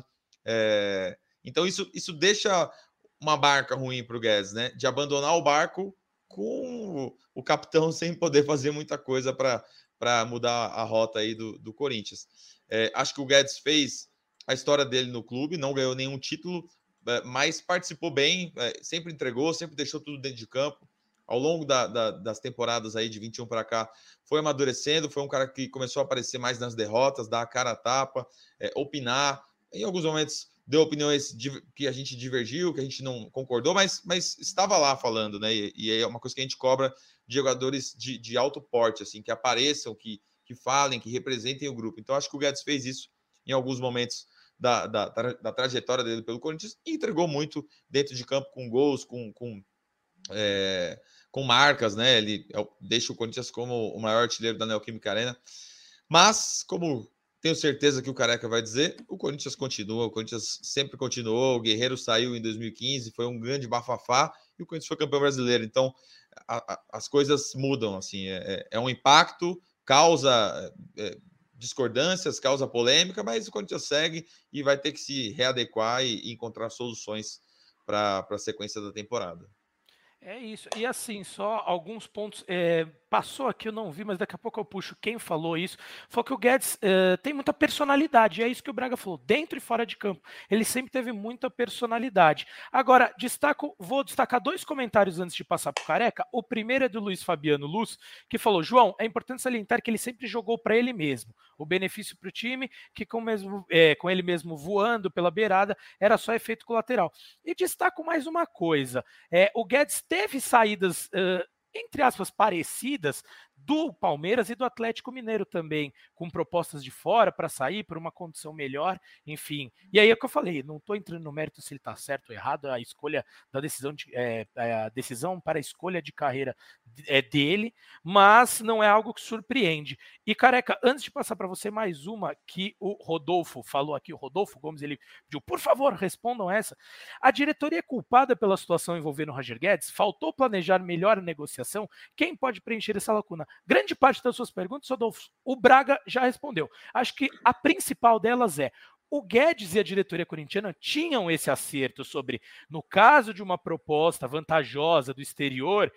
É, então isso, isso deixa uma barca ruim para o Guedes, né? De abandonar o barco com o, o capitão sem poder fazer muita coisa para mudar a rota aí do, do Corinthians. É, acho que o Guedes fez a história dele no clube, não ganhou nenhum título, mas participou bem, sempre entregou, sempre deixou tudo dentro de campo. Ao longo da, da, das temporadas aí de vinte e um para cá, foi amadurecendo, foi um cara que começou a aparecer mais nas derrotas, dar a cara a tapa, é, opinar, em alguns momentos deu opiniões que a gente divergiu, que a gente não concordou, mas, mas estava lá falando, né? E, e é uma coisa que a gente cobra de jogadores de, de alto porte, assim, que apareçam, que, que falem, que representem o grupo. Então, acho que o Guedes fez isso em alguns momentos da, da, da trajetória dele pelo Corinthians e entregou muito dentro de campo com gols, com, com, é, com marcas, né? Ele deixa o Corinthians como o maior artilheiro da Neoquímica Arena. Mas, como tenho certeza que o Careca vai dizer, o Corinthians continua, o Corinthians sempre continuou, o Guerreiro saiu em dois mil e quinze, foi um grande bafafá, e o Corinthians foi campeão brasileiro. Então, a, a, as coisas mudam, assim, é, é um impacto, causa é, discordâncias, causa polêmica, mas o Corinthians segue e vai ter que se readequar e, e encontrar soluções para a sequência da temporada. É isso. E assim, só alguns pontos. É, passou aqui, eu não vi, mas daqui a pouco eu puxo quem falou isso. Falou que o Guedes é, tem muita personalidade. E é isso que o Braga falou, dentro e fora de campo. Ele sempre teve muita personalidade. Agora, destaco, vou destacar dois comentários antes de passar para o Careca. O primeiro é do Luiz Fabiano Luz, que falou: João, é importante salientar que ele sempre jogou para ele mesmo. O benefício para o time, que com, mesmo, é, com ele mesmo voando pela beirada, era só efeito colateral. E destaco mais uma coisa: é, o Guedes teve saídas, uh, entre aspas, parecidas do Palmeiras e do Atlético Mineiro também, com propostas de fora para sair, por uma condição melhor, enfim. E aí é o que eu falei, não estou entrando no mérito se ele está certo ou errado, a escolha da decisão, de, é, a decisão para a escolha de carreira é dele, mas não é algo que surpreende. E, Careca, antes de passar para você mais uma que o Rodolfo falou aqui, o Rodolfo Gomes, ele pediu, por favor, respondam essa. A diretoria é culpada pela situação envolvendo o Roger Guedes? Faltou planejar melhor a negociação? Quem pode preencher essa lacuna? Grande parte das suas perguntas, Rodolfo, o Braga já respondeu. Acho que a principal delas é: o Guedes e a diretoria corintiana tinham esse acerto sobre, no caso de uma proposta vantajosa do exterior,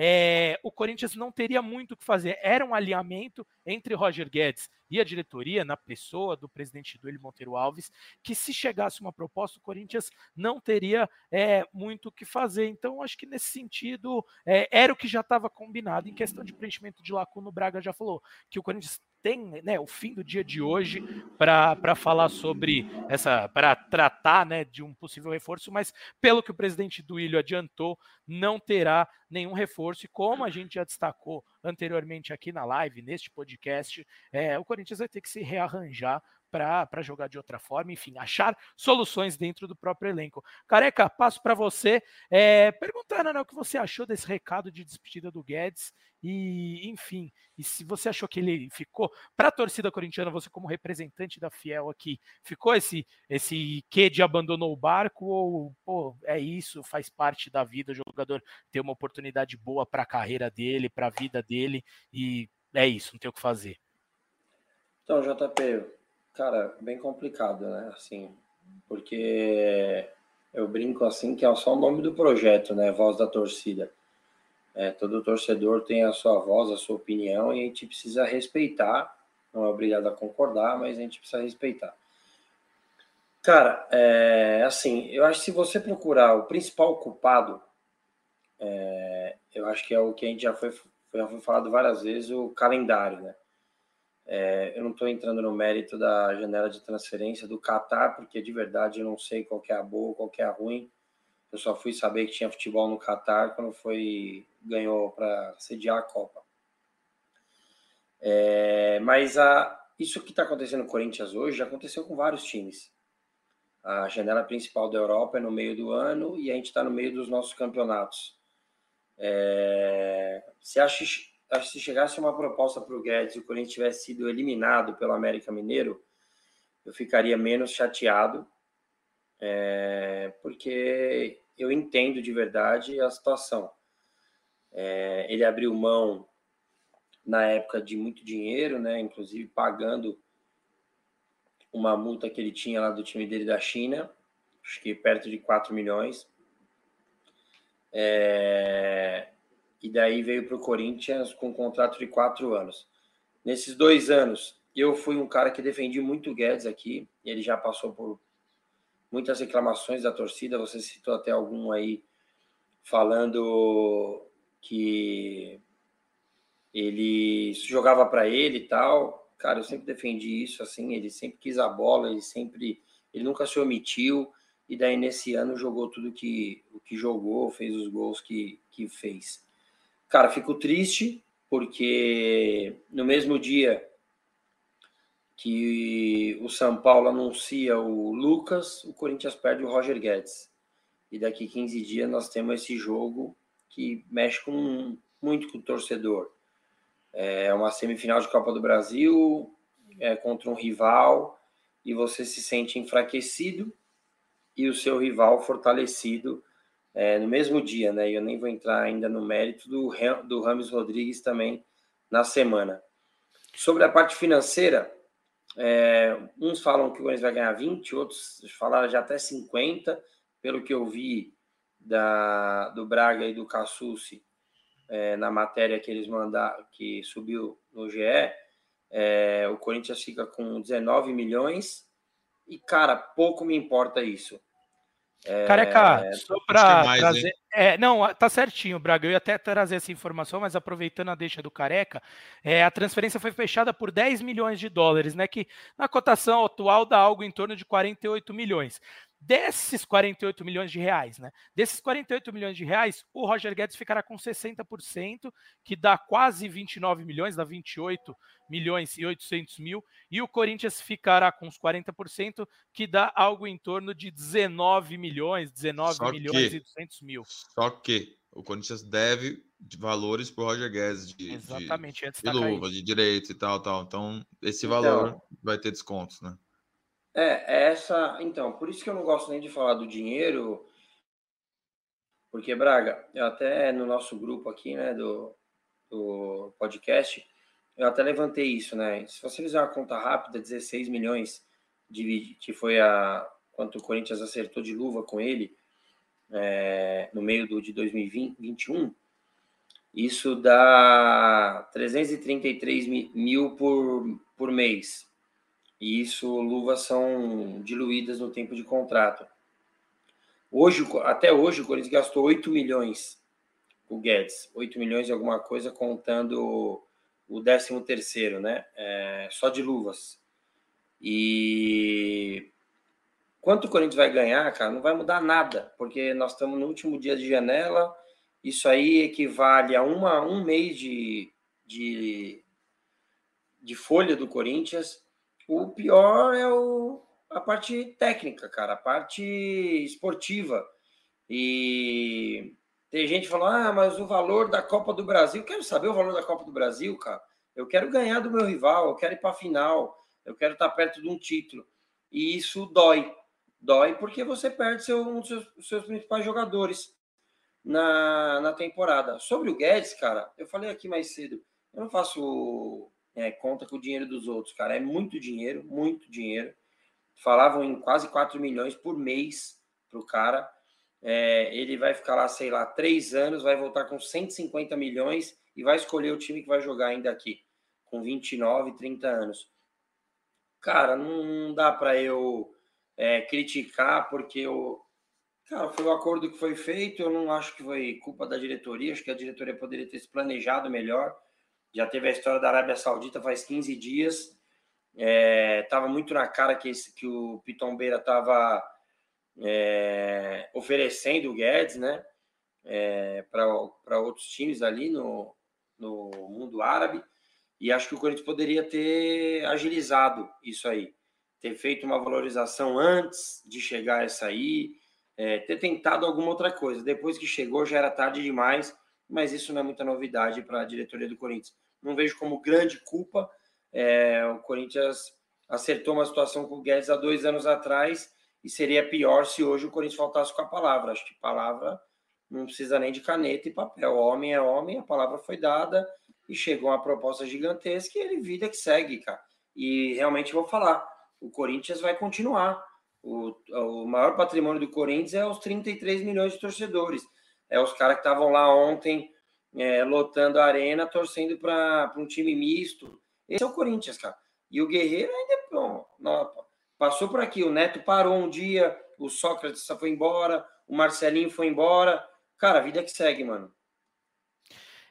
é, o Corinthians não teria muito o que fazer. Era um alinhamento entre Roger Guedes e a diretoria, na pessoa do presidente Duílio Monteiro Alves, que se chegasse uma proposta, o Corinthians não teria é, muito o que fazer. Então, acho que nesse sentido, é, era o que já estava combinado. Em questão de preenchimento de lacuna, o Braga já falou que o Corinthians tem, né, o fim do dia de hoje para falar sobre essa, para tratar, né, de um possível reforço, mas pelo que o presidente Duílio adiantou, não terá nenhum reforço. E como a gente já destacou anteriormente aqui na live, neste podcast, é, o Corinthians vai ter que se rearranjar para jogar de outra forma, enfim, achar soluções dentro do próprio elenco. Careca, passo para você, é, perguntando, né, o que você achou desse recado de despedida do Guedes e, enfim, e se você achou que ele ficou, para a torcida corintiana, você como representante da Fiel aqui, ficou esse, esse quê de abandonou o barco ou, pô, é isso, faz parte da vida, o jogador ter uma oportunidade boa para a carreira dele, para a vida dele e é isso, não tem o que fazer. Então, J P, cara, bem complicado, né? Assim, porque eu brinco assim que é só o nome do projeto, né? Voz da torcida. É, todo torcedor tem a sua voz, a sua opinião e a gente precisa respeitar. Não é obrigado a concordar, mas a gente precisa respeitar. Cara, é, assim, eu acho que se você procurar o principal culpado, é, eu acho que é o que a gente já foi, já foi falado várias vezes, o calendário, né? É, eu não estou entrando no mérito da janela de transferência do Catar, porque de verdade eu não sei qual que é a boa, qual que é a ruim. Eu só fui saber que tinha futebol no Catar quando foi, ganhou para sediar a Copa. É, mas a, isso que está acontecendo no Corinthians hoje já aconteceu com vários times. A janela principal da Europa é no meio do ano e a gente está no meio dos nossos campeonatos. É, se acha Acho que se chegasse uma proposta para o Guedes e o Corinthians tivesse sido eliminado pelo América Mineiro, eu ficaria menos chateado, é, porque eu entendo de verdade a situação. É, ele abriu mão, na época, de muito dinheiro, né, inclusive pagando uma multa que ele tinha lá do time dele da China, acho que perto de quatro milhões. É... E daí veio para o Corinthians com um contrato de quatro anos. Nesses dois anos, eu fui um cara que defendi muito o Guedes aqui. Ele já passou por muitas reclamações da torcida. Você citou até algum aí falando que ele jogava para ele e tal. Cara, eu sempre defendi isso, assim. Ele sempre quis a bola, ele sempre ele nunca se omitiu, e daí nesse ano jogou tudo que, o que jogou, fez os gols que, que fez. Cara, fico triste, porque no mesmo dia que o São Paulo anuncia o Lucas, o Corinthians perde o Roger Guedes. E daqui quinze dias nós temos esse jogo que mexe com, muito com o torcedor. É uma semifinal de Copa do Brasil, é, contra um rival, e você se sente enfraquecido e o seu rival fortalecido é, no mesmo dia, né? E eu nem vou entrar ainda no mérito do, do Rames Rodrigues também na semana. Sobre a parte financeira, é, uns falam que o Corinthians vai ganhar vinte, outros falaram já até cinquenta, pelo que eu vi da, do Braga e do Cassucci, é, na matéria que eles mandaram, que subiu no G E, é, o Corinthians fica com dezenove milhões e, cara, pouco me importa isso. É, Careca, só para trazer... É, não, tá certinho, Braga. Eu ia até trazer essa informação, mas aproveitando a deixa do Careca, é, a transferência foi fechada por dez milhões de dólares, né? Que na cotação atual dá algo em torno de quarenta e oito milhões. Desses quarenta e oito milhões de reais, né? Desses quarenta e oito milhões de reais, o Roger Guedes ficará com sessenta por cento, que dá quase vinte e nove milhões, dá vinte e oito milhões e oitocentos mil, e o Corinthians ficará com os quarenta por cento, que dá algo em torno de dezenove milhões, dezenove milhões e duzentos mil. Só que o Corinthians deve de valores para o Roger Guedes de, Exatamente, de, de luva, isso. de direitos e tal, tal. Então, esse então, valor vai ter descontos, né? É, essa... Então, por isso que eu não gosto nem de falar do dinheiro, porque, Braga, eu até no nosso grupo aqui, né, do, do podcast, eu até levantei isso, né? Se você fizer uma conta rápida, dezesseis milhões, de, que foi a quanto o Corinthians acertou de luva com ele, é, no meio do, de dois mil e vinte e um, isso dá trezentos e trinta e três mil por, por mês. E isso, luvas são diluídas no tempo de contrato. Hoje, até hoje, o Corinthians gastou oito milhões com o Guedes. oito milhões e alguma coisa, contando o décimo terceiro, né? É, só de luvas. E quanto o Corinthians vai ganhar, cara, não vai mudar nada, porque nós estamos no último dia de janela. Isso aí equivale a uma, um mês de, de, de folha do Corinthians. O pior é o, a parte técnica, cara, a parte esportiva. E tem gente falando, ah, mas o valor da Copa do Brasil, eu quero saber o valor da Copa do Brasil, cara. Eu quero ganhar do meu rival, eu quero ir para a final, eu quero estar perto de um título. E isso dói. Dói porque você perde seu, um dos seus, seus principais jogadores na, na temporada. Sobre o Guedes, cara, eu falei aqui mais cedo, eu não faço... É, conta com o dinheiro dos outros, cara. É muito dinheiro, muito dinheiro. Falavam em quase quatro milhões por mês pro cara. É, ele vai ficar lá, sei lá, três anos, vai voltar com cento e cinquenta milhões e vai escolher o time que vai jogar ainda aqui, com vinte e nove, trinta anos. Cara, não dá para eu é, criticar, porque eu... Cara, foi o acordo que foi feito, eu não acho que foi culpa da diretoria, acho que a diretoria poderia ter se planejado melhor. Já teve a história da Arábia Saudita faz quinze dias. Estava é, muito na cara que, esse, que o Pitombeira estava é, oferecendo o Guedes, né? É, para outros times ali no, no mundo árabe. E acho que o Corinthians poderia ter agilizado isso aí. Ter feito uma valorização antes de chegar a essa aí. É, ter tentado alguma outra coisa. Depois que chegou já era tarde demais. Mas isso não é muita novidade para a diretoria do Corinthians. Não vejo como grande culpa. É, o Corinthians acertou uma situação com o Guedes há dois anos atrás e seria pior se hoje o Corinthians faltasse com a palavra. Acho que palavra não precisa nem de caneta e papel. Homem é homem, a palavra foi dada e chegou uma proposta gigantesca e ele vida que segue, cara. E realmente vou falar, o Corinthians vai continuar. O, o maior patrimônio do Corinthians é os trinta e três milhões de torcedores. É os caras que estavam lá ontem é, lotando a arena, torcendo para um time misto. Esse é o Corinthians, cara. E o Guerreiro ainda bom, não, passou por aqui. O Neto parou um dia, o Sócrates foi embora, o Marcelinho foi embora. Cara, a vida que segue, mano.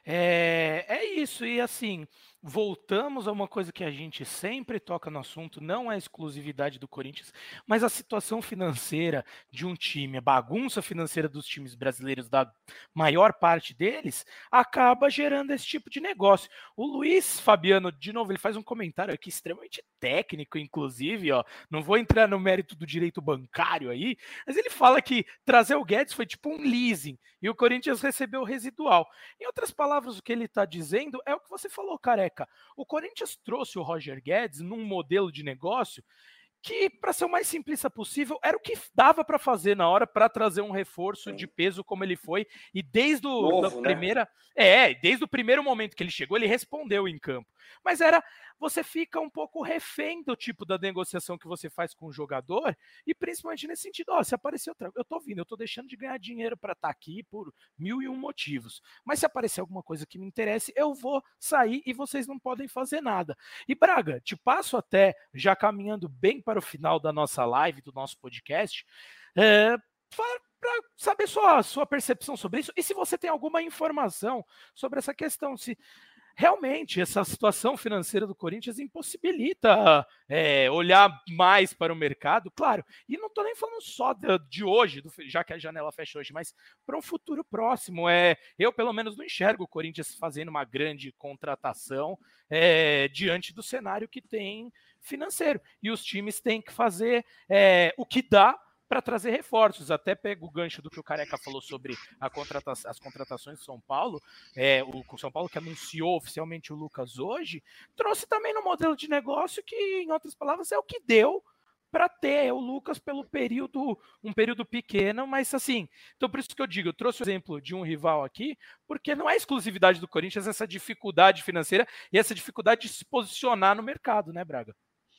É, é isso, e assim, voltamos a uma coisa que a gente sempre toca no assunto, não é exclusividade do Corinthians, mas a situação financeira de um time, a bagunça financeira dos times brasileiros, da maior parte deles, acaba gerando esse tipo de negócio. O Luiz Fabiano, de novo, ele faz um comentário aqui extremamente técnico, inclusive, ó, não vou entrar no mérito do direito bancário aí, mas ele fala que trazer o Guedes foi tipo um leasing, e o Corinthians recebeu o residual. Em outras palavras, o que ele está dizendo é o que você falou, Careca. O Corinthians trouxe o Roger Guedes num modelo de negócio que, para ser o mais simplista possível, era o que dava para fazer na hora para trazer um reforço de peso como ele foi. E desde o Novo, da né? primeira, é, desde o primeiro momento que ele chegou, ele respondeu em campo. Mas era, você fica um pouco refém do tipo da negociação que você faz com o jogador, e principalmente nesse sentido, ó, se aparecer outra, eu tô vindo, eu tô deixando de ganhar dinheiro para estar tá aqui por mil e um motivos. Mas se aparecer alguma coisa que me interesse, eu vou sair e vocês não podem fazer nada. E Braga, te passo até, já caminhando bem para o final da nossa live, do nosso podcast, é, para saber sua, sua percepção sobre isso, e se você tem alguma informação sobre essa questão, se realmente essa situação financeira do Corinthians impossibilita é, olhar mais para o mercado, claro, e não estou nem falando só de, de hoje, do, já que a janela fecha hoje, mas para um futuro próximo. É, eu, pelo menos, não enxergo o Corinthians fazendo uma grande contratação é, diante do cenário que tem financeiro, e os times têm que fazer é, o que dá para trazer reforços. Até pego o gancho do que o Careca falou sobre a contrata as contratações de São Paulo. É, o São Paulo, que anunciou oficialmente o Lucas hoje, trouxe também no modelo de negócio que, em outras palavras, é o que deu para ter o Lucas pelo período, um período pequeno, mas assim, então por isso que eu digo, eu trouxe o exemplo de um rival aqui, porque não é exclusividade do Corinthians essa dificuldade financeira e essa dificuldade de se posicionar no mercado, né, Braga?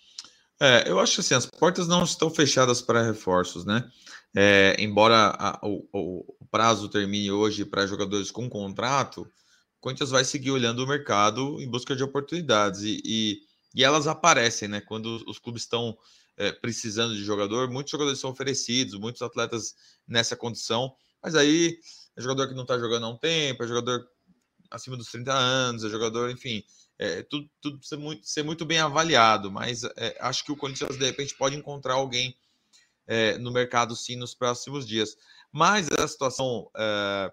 É, eu acho que assim, as portas não estão fechadas para reforços, né? É, embora a, o, o prazo termine hoje para jogadores com contrato, o Corinthians vai seguir olhando o mercado em busca de oportunidades e, e, e elas aparecem, né? Quando os clubes estão é, precisando de jogador, muitos jogadores são oferecidos, muitos atletas nessa condição, mas aí é jogador que não está jogando há um tempo, é jogador acima dos trinta anos, é jogador, enfim, é, tudo, tudo precisa muito, ser muito bem avaliado, mas é, acho que o Corinthians, de repente, pode encontrar alguém é, no mercado, sim, nos próximos dias. Mas a situação é,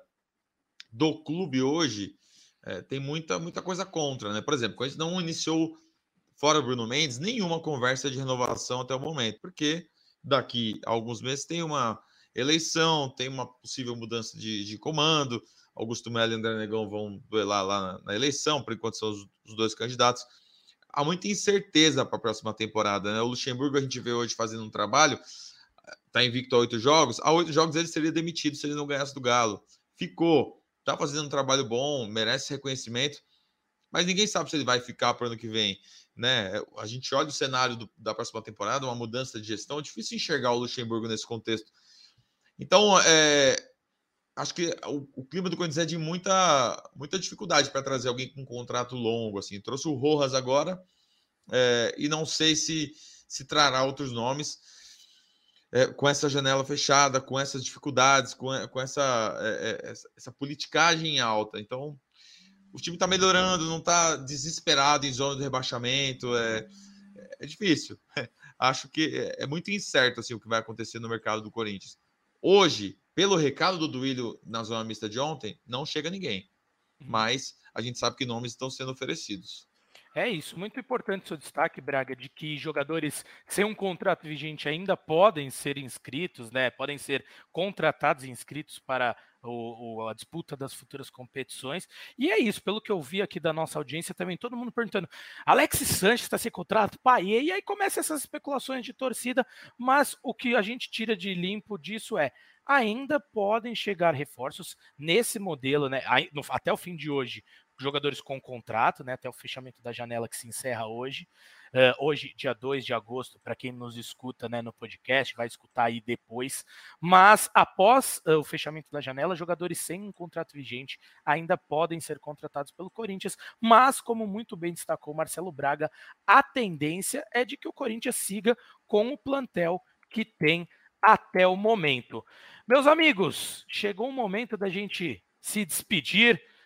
do clube hoje é, tem muita, muita coisa contra, né? Por exemplo, o Corinthians não iniciou, fora Bruno Mendes, nenhuma conversa de renovação até o momento, porque daqui a alguns meses tem uma eleição, tem uma possível mudança de, de comando, Augusto Melo e André Negão vão duelar lá na, na eleição, por enquanto são os, os dois candidatos. Há muita incerteza para a próxima temporada, né? O Luxemburgo, a gente vê hoje fazendo um trabalho, está invicto a oito jogos, a oito jogos ele seria demitido se ele não ganhasse do Galo. Ficou, está fazendo um trabalho bom, merece reconhecimento, mas ninguém sabe se ele vai ficar para o ano que vem, né? A gente olha o cenário do, da próxima temporada, uma mudança de gestão, é difícil enxergar o Luxemburgo nesse contexto. Então, é, acho que o, o clima do Corinthians é de muita, muita dificuldade para trazer alguém com um contrato longo. Assim. Trouxe o Rojas agora é, e não sei se, se trará outros nomes é, com essa janela fechada, com essas dificuldades, com, com essa, é, essa, essa politicagem alta. Então, o time está melhorando, não está desesperado em zona de rebaixamento. É, é difícil. Acho que é, é muito incerto assim, o que vai acontecer no mercado do Corinthians. Hoje, pelo recado do Duílio na zona mista de ontem, não chega ninguém. Mas a gente sabe que nomes estão sendo oferecidos. É isso, muito importante o seu destaque, Braga, de que jogadores sem um contrato vigente ainda podem ser inscritos, né? Podem ser contratados e inscritos para o, o, a disputa das futuras competições. E é isso, pelo que eu vi aqui da nossa audiência também, todo mundo perguntando: Alexis Sanches está sem contrato? Pai, e aí começam essas especulações de torcida, mas o que a gente tira de limpo disso é: ainda podem chegar reforços nesse modelo, né? Até o fim de hoje, jogadores com contrato, né, até o fechamento da janela que se encerra hoje. Uh, hoje, dia dois de agosto, para quem nos escuta, né, no podcast, vai escutar aí depois. Mas após uh, o fechamento da janela, jogadores sem um contrato vigente ainda podem ser contratados pelo Corinthians. Mas, como muito bem destacou Marcelo Braga, a tendência é de que o Corinthians siga com o plantel que tem até o momento. Meus amigos, chegou o momento da gente se despedir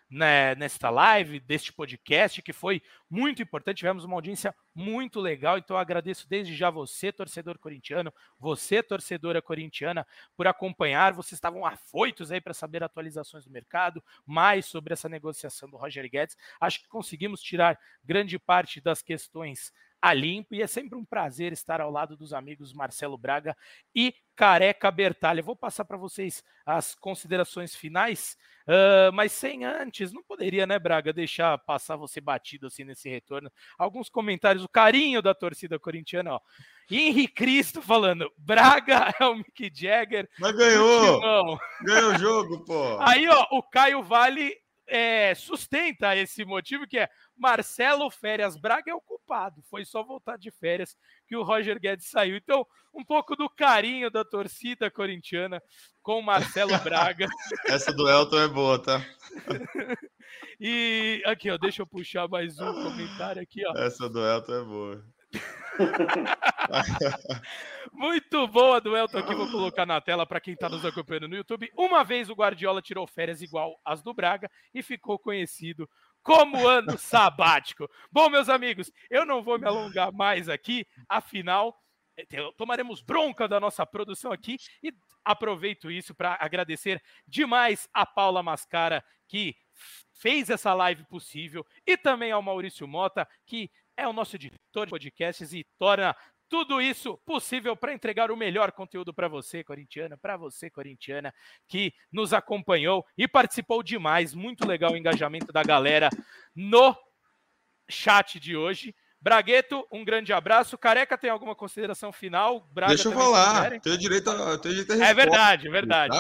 né, nesta live, deste podcast, que foi muito importante. Tivemos uma audiência muito legal, então eu agradeço desde já você, torcedor corintiano, você, torcedora corintiana, por acompanhar. Vocês estavam afoitos aí para saber atualizações do mercado, mais sobre essa negociação do Roger Guedes. Acho que conseguimos tirar grande parte das questões a limpo, e é sempre um prazer estar ao lado dos amigos Marcelo Braga e Careca Bertalha. Vou passar para vocês as considerações finais, uh, mas sem antes, não poderia, né, Braga, deixar passar você batido assim nesse retorno. Alguns comentários, o carinho da torcida corintiana, ó. Henri Cristo falando, Braga é o Mick Jagger. Mas ganhou! Ganhou o jogo, pô! Aí, ó, o Caio Vale é, sustenta esse motivo, que é Marcelo Férias Braga é o culpado. Foi só voltar de férias que o Roger Guedes saiu. Então, um pouco do carinho da torcida corintiana com o Marcelo Braga. Essa do Elton é boa, tá? E aqui, ó, deixa eu puxar mais um comentário aqui, ó. Essa do Elton é boa. Muito boa do Elton aqui, vou colocar na tela para quem está nos acompanhando no YouTube. Uma vez o Guardiola tirou férias igual as do Braga e ficou conhecido como ano sabático. Bom, meus amigos, eu não vou me alongar mais aqui, afinal, tomaremos bronca da nossa produção aqui, e aproveito isso para agradecer demais a Paula Mascara, que fez essa live possível, e também ao Maurício Mota, que é o nosso editor de podcasts e torna tudo isso possível para entregar o melhor conteúdo para você, corintiana, para você, corintiana, que nos acompanhou e participou demais. Muito legal o engajamento da galera no chat de hoje. Bragueto, um grande abraço. Careca, tem alguma consideração final? Braga, deixa eu falar, tenho direito a, tenho direito a resposta. É verdade, é verdade.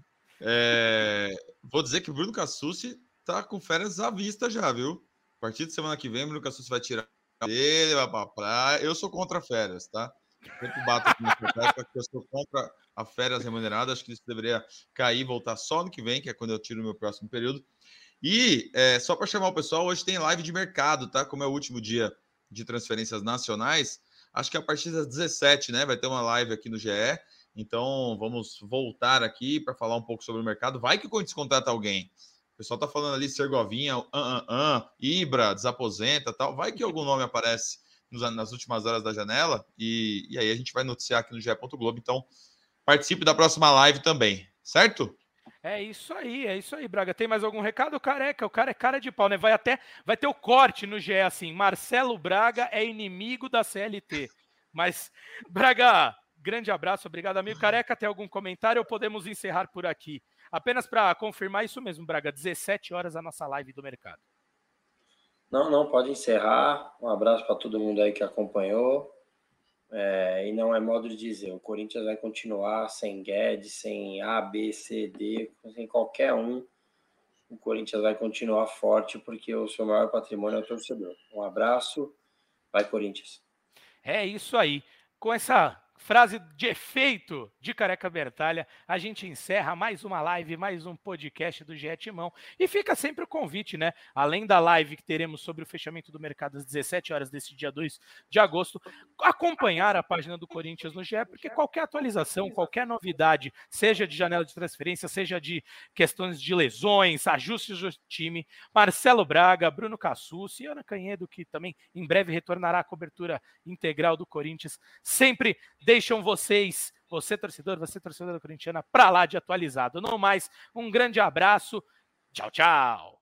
É, vou dizer que o Bruno Cassucci tá com férias à vista já, viu? A partir de semana que vem, o Bruno Cassucci vai tirar dele, vai pra praia. Eu sou contra férias, tá? Sempre bato aqui no pé, porque eu sou contra a férias remuneradas. Acho que isso deveria cair e voltar só no que vem, que é quando eu tiro o meu próximo período. E é, só para chamar o pessoal, hoje tem live de mercado, tá? Como é o último dia de transferências nacionais, acho que a partir das dezessete, né? Vai ter uma live aqui no G E. Então, vamos voltar aqui para falar um pouco sobre o mercado. Vai que o Corinthians contrata alguém. O pessoal tá falando ali, Sergovinha, uh, uh, uh, Ibra, desaposenta, tal. Vai que algum nome aparece nos, nas últimas horas da janela e, e aí a gente vai noticiar aqui no G E. Globo. Então, participe da próxima live também, certo? É isso aí, é isso aí, Braga. Tem mais algum recado? Careca, o cara é cara de pau, né? Vai até, vai ter o corte no G E assim, Marcelo Braga é inimigo da C L T. Mas, Braga, grande abraço, obrigado, amigo. Careca, tem algum comentário ou podemos encerrar por aqui? Apenas para confirmar isso mesmo, Braga, dezessete horas a nossa live do mercado. Não, não, pode encerrar. Um abraço para todo mundo aí que acompanhou. É, e não é modo de dizer, o Corinthians vai continuar sem Guedes, sem A, B, C, D, sem qualquer um. O Corinthians vai continuar forte porque o seu maior patrimônio é o torcedor. Um abraço, vai Corinthians. É isso aí. Com essa frase de efeito de Careca Bertalha, a gente encerra mais uma live, mais um podcast do G E Timão. E fica sempre o convite, né? Além da live que teremos sobre o fechamento do mercado às dezessete horas desse dia dois de agosto, acompanhar a página do Corinthians no G E, porque qualquer atualização, qualquer novidade, seja de janela de transferência, seja de questões de lesões, ajustes do time, Marcelo Braga, Bruno Cassucci e Ana Canhedo, que também em breve retornará à cobertura integral do Corinthians, sempre deixam vocês, você torcedor, você torcedora corintiana, para lá de atualizado. Não mais, um grande abraço, tchau, tchau.